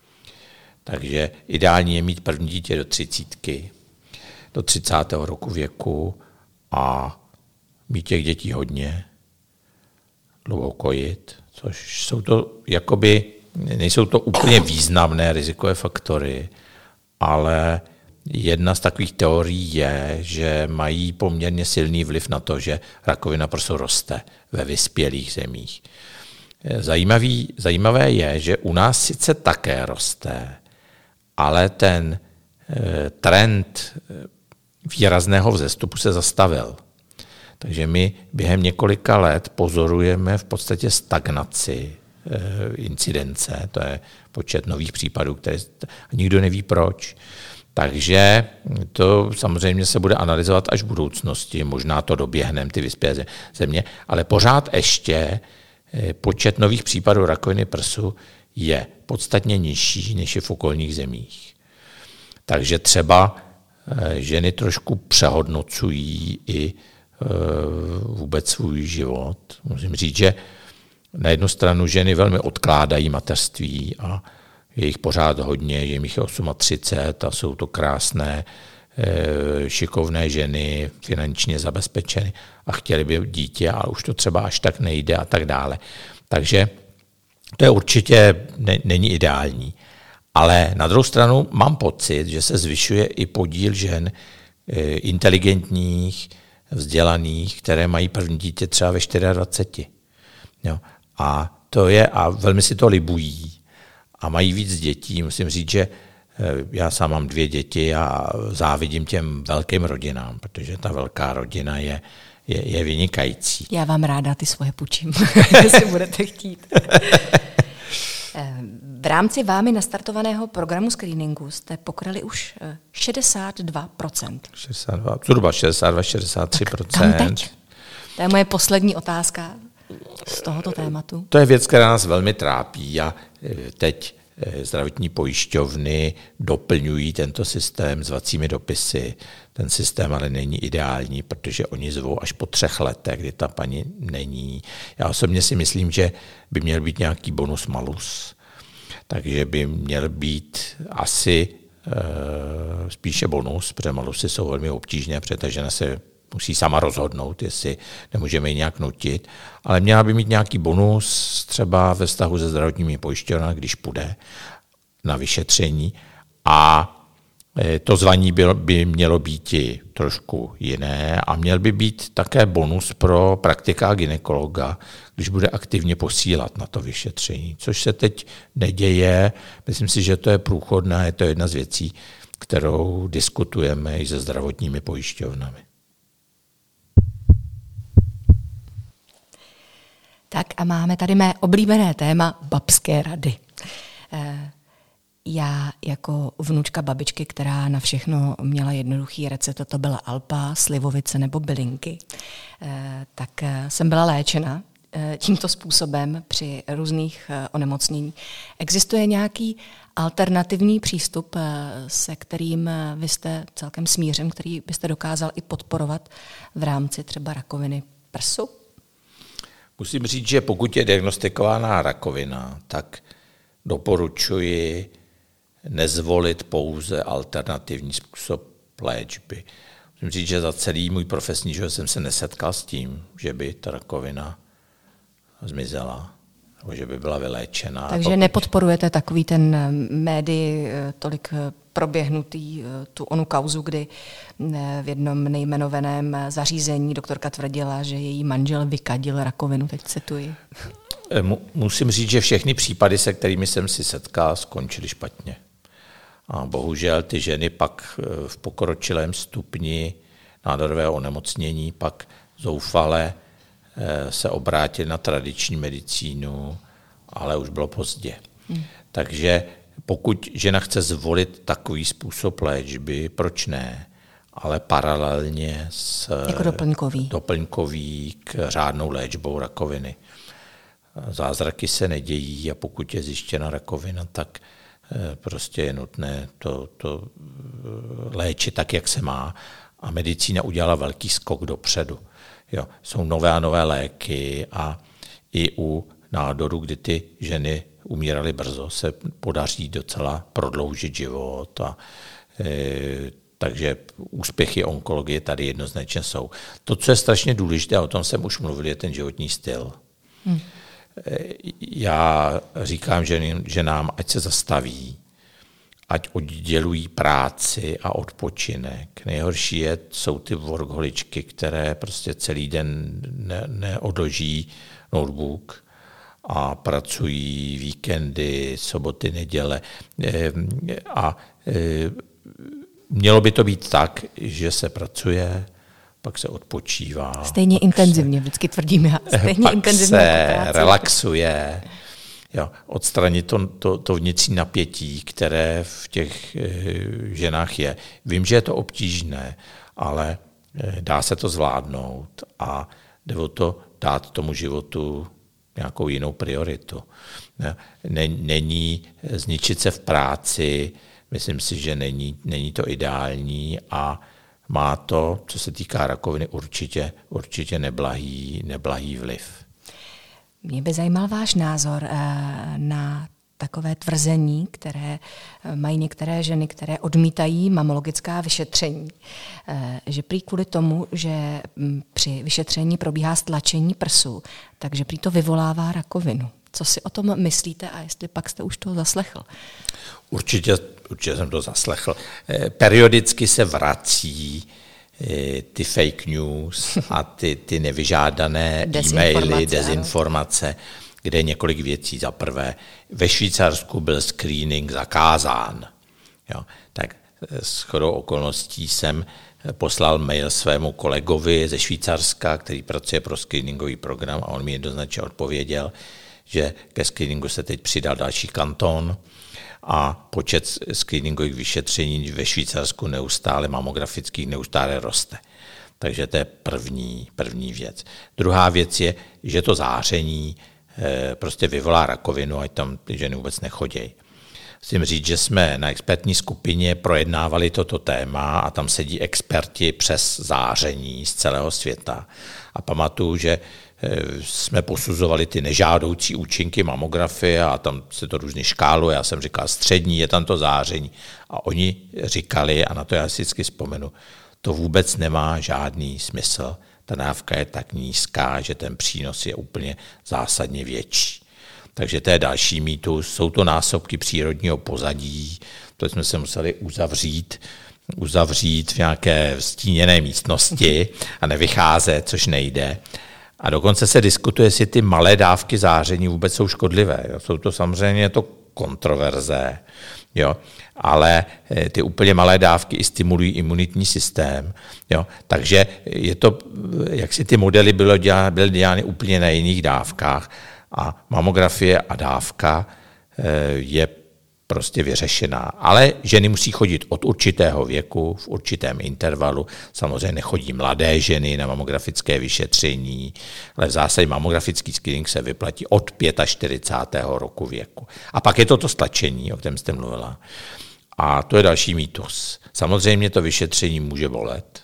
Takže ideální je mít první dítě do třicítky, do třicátého roku věku a mít těch dětí hodně, dlouho kojit, což jsou to jakoby, nejsou to úplně významné rizikové faktory, ale jedna z takových teorií je, že mají poměrně silný vliv na to, že rakovina prsu roste ve vyspělých zemích. Zajímavý, zajímavé je, že u nás sice také roste, ale ten e, trend výrazného vzestupu se zastavil. Takže my během několika let pozorujeme v podstatě stagnaci e, incidence, to je počet nových případů, které nikdo neví proč. Takže to samozřejmě se bude analyzovat až v budoucnosti, možná to doběhneme, ty vyspělé země, ale pořád ještě e, počet nových případů rakoviny prsu je podstatně nižší, než je v okolních zemích. Takže třeba ženy trošku přehodnocují i vůbec svůj život. Musím říct, že na jednu stranu ženy velmi odkládají mateřství a je jich pořád hodně, že jich je třicet osm a jsou to krásné, šikovné ženy, finančně zabezpečeny a chtěly by dítě, ale už to třeba až tak nejde a tak dále. Takže to je určitě ne, není ideální. Ale na druhou stranu mám pocit, že se zvyšuje i podíl žen e, inteligentních, vzdělaných, které mají první dítě třeba ve dvaceti čtyřech. Jo. A to je, a velmi si to libují a mají víc dětí. Musím říct, že Já sám mám dvě děti a závidím těm velkým rodinám, protože ta velká rodina je, je, je vynikající. Já vám ráda ty svoje půjčím, jestli budete chtít. V rámci vámi nastartovaného programu screeningu jste pokryli už šedesát dva procent. šedesát dva, zhruba šedesát dva, šedesát tři procent. Tak kam teď? To je moje poslední otázka z tohoto tématu. To je věc, která nás velmi trápí a teď zdravotní pojišťovny doplňují tento systém zvacími dopisy. Ten systém ale není ideální, protože oni zvou až po třech letech, kdy ta paní není. Já osobně si myslím, že by měl být nějaký bonus malus, takže by měl být asi e, spíše bonus, protože malusy jsou velmi obtížné, protože žena se musí sama rozhodnout, jestli nemůžeme ji nějak nutit, ale měla by mít nějaký bonus třeba ve vztahu se zdravotními pojišťovnami, když půjde na vyšetření a to zvaní by mělo být i trošku jiné a měl by být také bonus pro praktika gynekologa, když bude aktivně posílat na to vyšetření, což se teď neděje. Myslím si, že to je průchodné, je to jedna z věcí, kterou diskutujeme i se zdravotními pojišťovnami. Tak a máme tady mé oblíbené téma babské rady. Já jako vnučka babičky, která na všechno měla jednoduchý recept, to byla Alpa, slivovice nebo bylinky, tak jsem byla léčena tímto způsobem při různých onemocnění. Existuje nějaký alternativní přístup, se kterým vy jste celkem smířen, který byste dokázal i podporovat v rámci třeba rakoviny prsu? Musím říct, že pokud je diagnostikovaná rakovina, tak doporučuji nezvolit pouze alternativní způsob léčby. Musím říct, že za celý můj profesní život jsem se nesetkal s tím, že by ta rakovina zmizela, nebo že by byla vyléčena. Takže pokud... nepodporujete takový ten médii tolik proběhnutý, tu onu kauzu, kdy v jednom nejmenovaném zařízení doktorka tvrdila, že její manžel vykadil rakovinu, teď cituji. Musím říct, že všechny případy, se kterými jsem si setkal, skončily špatně. A bohužel ty ženy pak v pokročilém stupni nádorového onemocnění pak zoufale se obrátily na tradiční medicínu, ale už bylo pozdě. Hmm. Takže pokud žena chce zvolit takový způsob léčby, proč ne? Ale paralelně s jako doplňkový. doplňkový k řádnou léčbou rakoviny. Zázraky se nedějí a pokud je zjištěna rakovina, tak prostě je nutné to, to léčit tak, jak se má. A medicína udělala velký skok dopředu. Jo, jsou nové a nové léky a i u nádoru, kdy ty ženy umíraly brzo, se podaří docela prodloužit život. A, e, takže úspěchy onkologie tady jednoznačně jsou. To, co je strašně důležité, o tom jsem už mluvil, je ten životní styl. Hmm. Já říkám že, ženám, ať se zastaví, ať oddělují práci a odpočinek. Nejhorší je, jsou ty workoholičky, které prostě celý den ne, neodloží notebook a pracují víkendy, soboty, neděle. A mělo by to být tak, že se pracuje, pak se odpočívá. Stejně intenzivně, se, vždycky tvrdíme. Stejně pak intenzivně se relaxuje. Jo, odstranit to, to, to vnitřní napětí, které v těch e, ženách je. Vím, že je to obtížné, ale e, dá se to zvládnout a jde o to dát tomu životu nějakou jinou prioritu. Ne, není zničit se v práci, myslím si, že není, není to ideální a má to, co se týká rakoviny, určitě, určitě neblahý, neblahý vliv. Mě by zajímal váš názor na takové tvrzení, které mají některé ženy, které odmítají mamologická vyšetření. Že prý kvůli tomu, že při vyšetření probíhá stlačení prsu, takže prý to vyvolává rakovinu. Co si o tom myslíte a jestli pak jste už to zaslechl? Určitě, určitě jsem to zaslechl. Periodicky se vrací ty fake news a ty, ty nevyžádané e-maily, dezinformace, kde je několik věcí. Za prvé, ve Švýcarsku byl screening zakázán. Jo. Tak shodou okolností jsem poslal mail svému kolegovi ze Švýcarska, který pracuje pro screeningový program a on mi jednoznačně odpověděl, že ke screeningu se teď přidal další kanton a počet screeningových vyšetření ve Švýcarsku neustále, mamografických neustále roste. Takže to je první, první věc. Druhá věc je, že to záření eh, prostě vyvolá rakovinu, ať tam ty ženy vůbec nechodějí. Musím říct, že jsme na expertní skupině projednávali toto téma a tam sedí experti přes záření z celého světa. A pamatuju, že jsme posuzovali ty nežádoucí účinky mamografie a tam se to různě škáluje. Já jsem říkal, střední je tam to záření. A oni říkali, a na to já si vždycky vzpomenu, to vůbec nemá žádný smysl. Ta dávka je tak nízká, že ten přínos je úplně zásadně větší. Takže to je další mýtus. Jsou to násobky přírodního pozadí, to jsme se museli uzavřít, uzavřít v nějaké stíněné místnosti a nevycházet, což nejde. A dokonce se diskutuje, jestli ty malé dávky záření vůbec jsou škodlivé. Jo. Jsou to samozřejmě to kontroverze, jo. Ale ty úplně malé dávky i stimulují imunitní systém. Jo. Takže je to, jak si ty modely byly dělány, byly dělány úplně na jiných dávkách a mamografie a dávka je prostě vyřešená. Ale ženy musí chodit od určitého věku, v určitém intervalu. Samozřejmě nechodí mladé ženy na mamografické vyšetření, ale v zásadě mamografický screening se vyplatí od čtyřicátého pátého roku věku. A pak je to to stlačení, o kterém jste mluvila. A to je další mýtus. Samozřejmě to vyšetření může bolet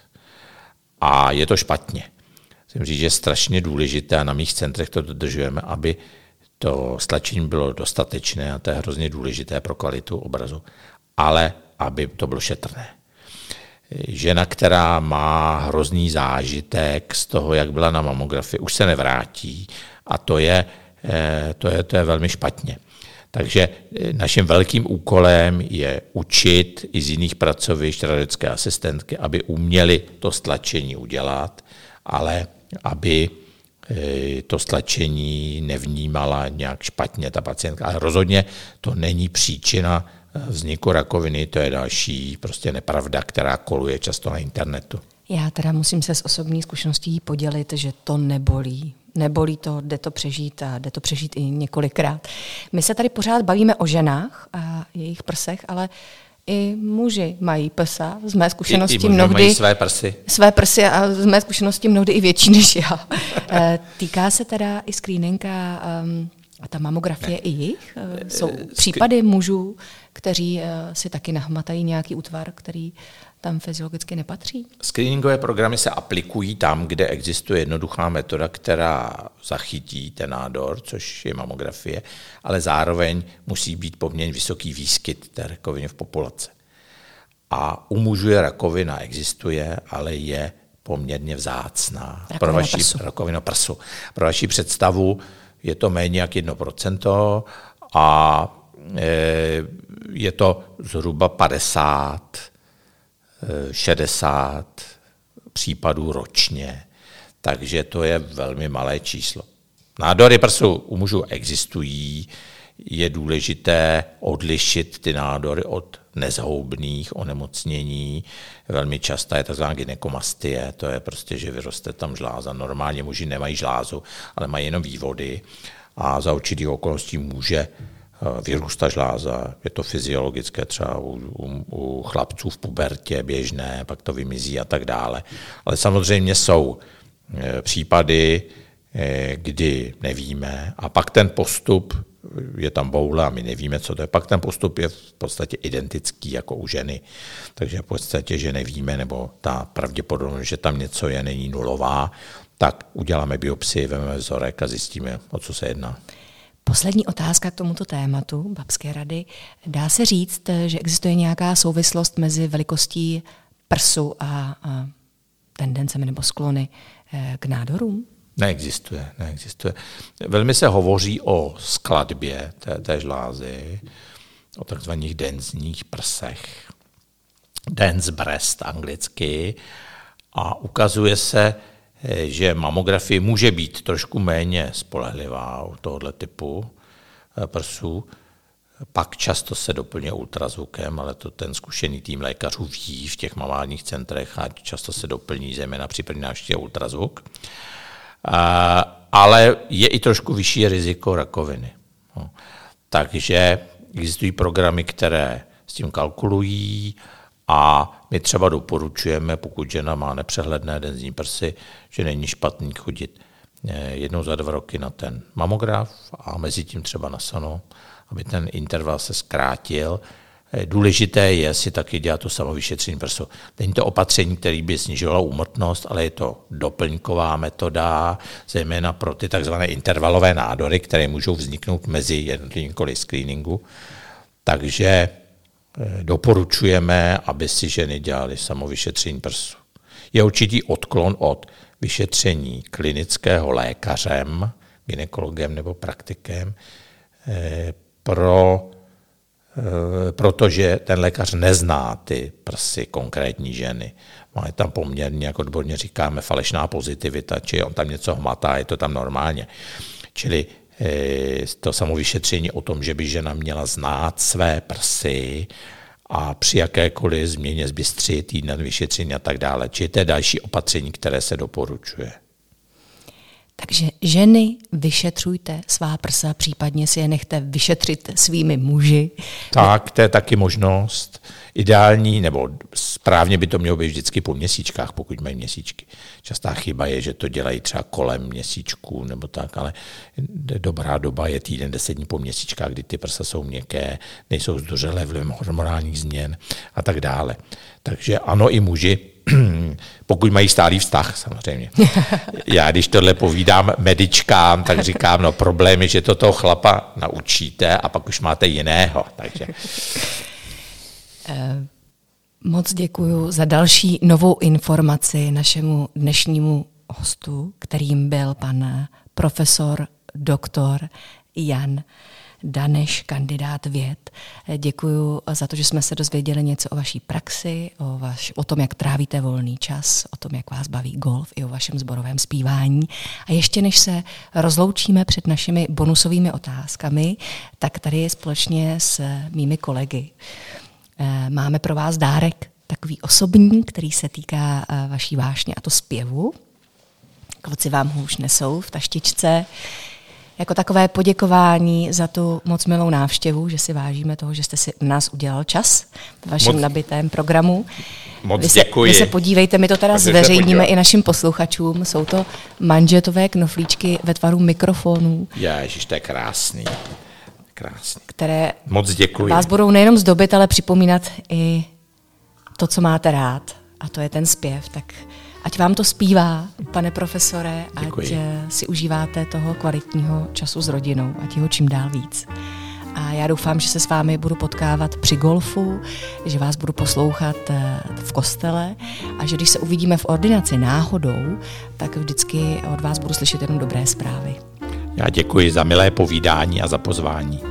a je to špatně. Musím říct, že je strašně důležité a na mých centrech to dodržujeme, aby to stlačení bylo dostatečné a to je hrozně důležité pro kvalitu obrazu, ale aby to bylo šetrné. Žena, která má hrozný zážitek z toho, jak byla na mamografii, už se nevrátí a to je, to je, to je velmi špatně. Takže naším velkým úkolem je učit i z jiných pracovišť radiologické asistentky, aby uměli to stlačení udělat, ale aby to stlačení nevnímala nějak špatně ta pacientka. Ale rozhodně to není příčina vzniku rakoviny, to je další prostě nepravda, která koluje často na internetu. Já teda musím se s osobní zkušeností podělit, že to nebolí. Nebolí to, jde to přežít a jde to přežít i několikrát. My se tady pořád bavíme o ženách a jejich prsech, ale i muži mají prsa, z mé zkušenosti I, i mnohdy mají své prsy. Své prsy a z mé zkušenosti mnohdy i větší než já. Týká se teda i screeninga um, a ta mamografie ne. i jich? Jsou Skr- případy mužů, kteří uh, si taky nahmatají nějaký útvar, který tam fyziologicky nepatří? Screeningové programy se aplikují tam, kde existuje jednoduchá metoda, která zachytí ten nádor, což je mamografie, ale zároveň musí být poměrně vysoký výskyt té rakoviny v populaci. A u mužů rakovina existuje, ale je poměrně vzácná. Rakovina Pro vaši, prsu. Rakovina prsu. Pro vaši představu je to méně jak jedno procento a je to zhruba padesát šedesát případů ročně, takže to je velmi malé číslo. Nádory prsu u mužů existují, je důležité odlišit ty nádory od nezhoubných onemocnění. Velmi častá je tzv. Gynekomastie, to je prostě, že vyroste tam žláza. Normálně muži nemají žlázu, ale mají jenom vývody a za určitých okolností může vyrůstá žláza, je to fyziologické třeba u, u, u chlapců v pubertě běžné, pak to vymizí a tak dále. Ale samozřejmě jsou e, případy, e, kdy nevíme a pak ten postup, je tam boule a my nevíme, co to je, pak ten postup je v podstatě identický jako u ženy. Takže v podstatě, že nevíme, nebo ta pravděpodobnost, že tam něco je, není nulová, tak uděláme biopsii, vezmeme vzorek a zjistíme, o co se jedná. Poslední otázka k tomuto tématu, babské rady. Dá se říct, že existuje nějaká souvislost mezi velikostí prsu a, a tendencemi nebo sklony k nádorům? Neexistuje, neexistuje. Velmi se hovoří o skladbě té, té žlázy, o takzvaných denzních prsech. Dense breast anglicky. A ukazuje se, že mamografie může být trošku méně spolehlivá u tohoto typu prsů. Pak často se doplňuje ultrazvukem, ale to ten zkušený tým lékařů ví v těch mamárních centrech a často se doplní zejména při první návštěvě ultrazvuk. Ale je i trošku vyšší riziko rakoviny. No. Takže existují programy, které s tím kalkulují a my třeba doporučujeme, pokud žena má nepřehledné denzní prsy, že není špatný chodit jednou za dva roky na ten mamograf a mezi tím třeba na sano, aby ten interval se zkrátil. Důležité je si taky dělat to samovyšetření prsu. Není to opatření, které by snižovalo úmrtnost, ale je to doplňková metoda, zejména pro ty takzvané intervalové nádory, které můžou vzniknout mezi jednotlivými koly screeningu. Takže doporučujeme, aby si ženy dělaly samovyšetření prsu. Je určitý odklon od vyšetření klinického lékařem, gynekologem nebo praktikem, pro, protože ten lékař nezná ty prsy konkrétní ženy. Máme tam poměrně, jak odborně říkáme, falešná pozitivita, či on tam něco hmatá, je to tam normálně. Čili to samovyšetření o tom, že by žena měla znát své prsy a při jakékoliv změně zbystřit, jít na vyšetření a tak dále. Čili to je další opatření, které se doporučuje. Takže ženy, vyšetřujte svá prsa, případně si je nechte vyšetřit svými muži. Tak, to je taky možnost. Ideální, nebo správně by to mělo být vždycky po měsíčkách, pokud mají měsíčky. Častá chyba je, že to dělají třeba kolem měsíčků nebo tak, ale dobrá doba je týden, deset dní po měsíčkách, kdy ty prsa jsou měkké, nejsou zduřelé vlivem hormonálních změn a tak dále. Takže ano, i muži, pokud mají stálý vztah, samozřejmě. Já, když tohle povídám medičkám, tak říkám, no problém je, že to toho chlapa naučíte a pak už máte jiného. Takže... Moc děkuju za další novou informaci našemu dnešnímu hostu, kterým byl pan profesor, doktor Jan Daneš, kandidát věd. Děkuju za to, že jsme se dozvěděli něco o vaší praxi, o, vaš, o tom, jak trávíte volný čas, o tom, jak vás baví golf i o vašem sborovém zpívání. A ještě než se rozloučíme před našimi bonusovými otázkami, tak tady společně s mými kolegy máme pro vás dárek, takový osobní, který se týká vaší vášně, a to zpěvu. Kluci vám ho už nesou v taštičce. Jako takové poděkování za tu moc milou návštěvu, že si vážíme toho, že jste si u nás udělal čas v vašem moc, nabitém programu. Moc vy se, děkuji. Vy se podívejte, my to teda Můžete zveřejníme i našim posluchačům. Jsou to manžetové knoflíčky ve tvaru mikrofonů. Ježiš, to je krásný. Krásný. Které moc děkuji. Vás budou nejenom zdobit, ale připomínat i to, co máte rád. A to je ten zpěv. Tak ať vám to zpívá, pane profesore, Děkuji. Ať si užíváte toho kvalitního času s rodinou, ať ho čím dál víc. A já doufám, že se s vámi budu potkávat při golfu, že vás budu poslouchat v kostele a že když se uvidíme v ordinaci náhodou, tak vždycky od vás budu slyšet jenom dobré zprávy. Já děkuji za milé povídání a za pozvání.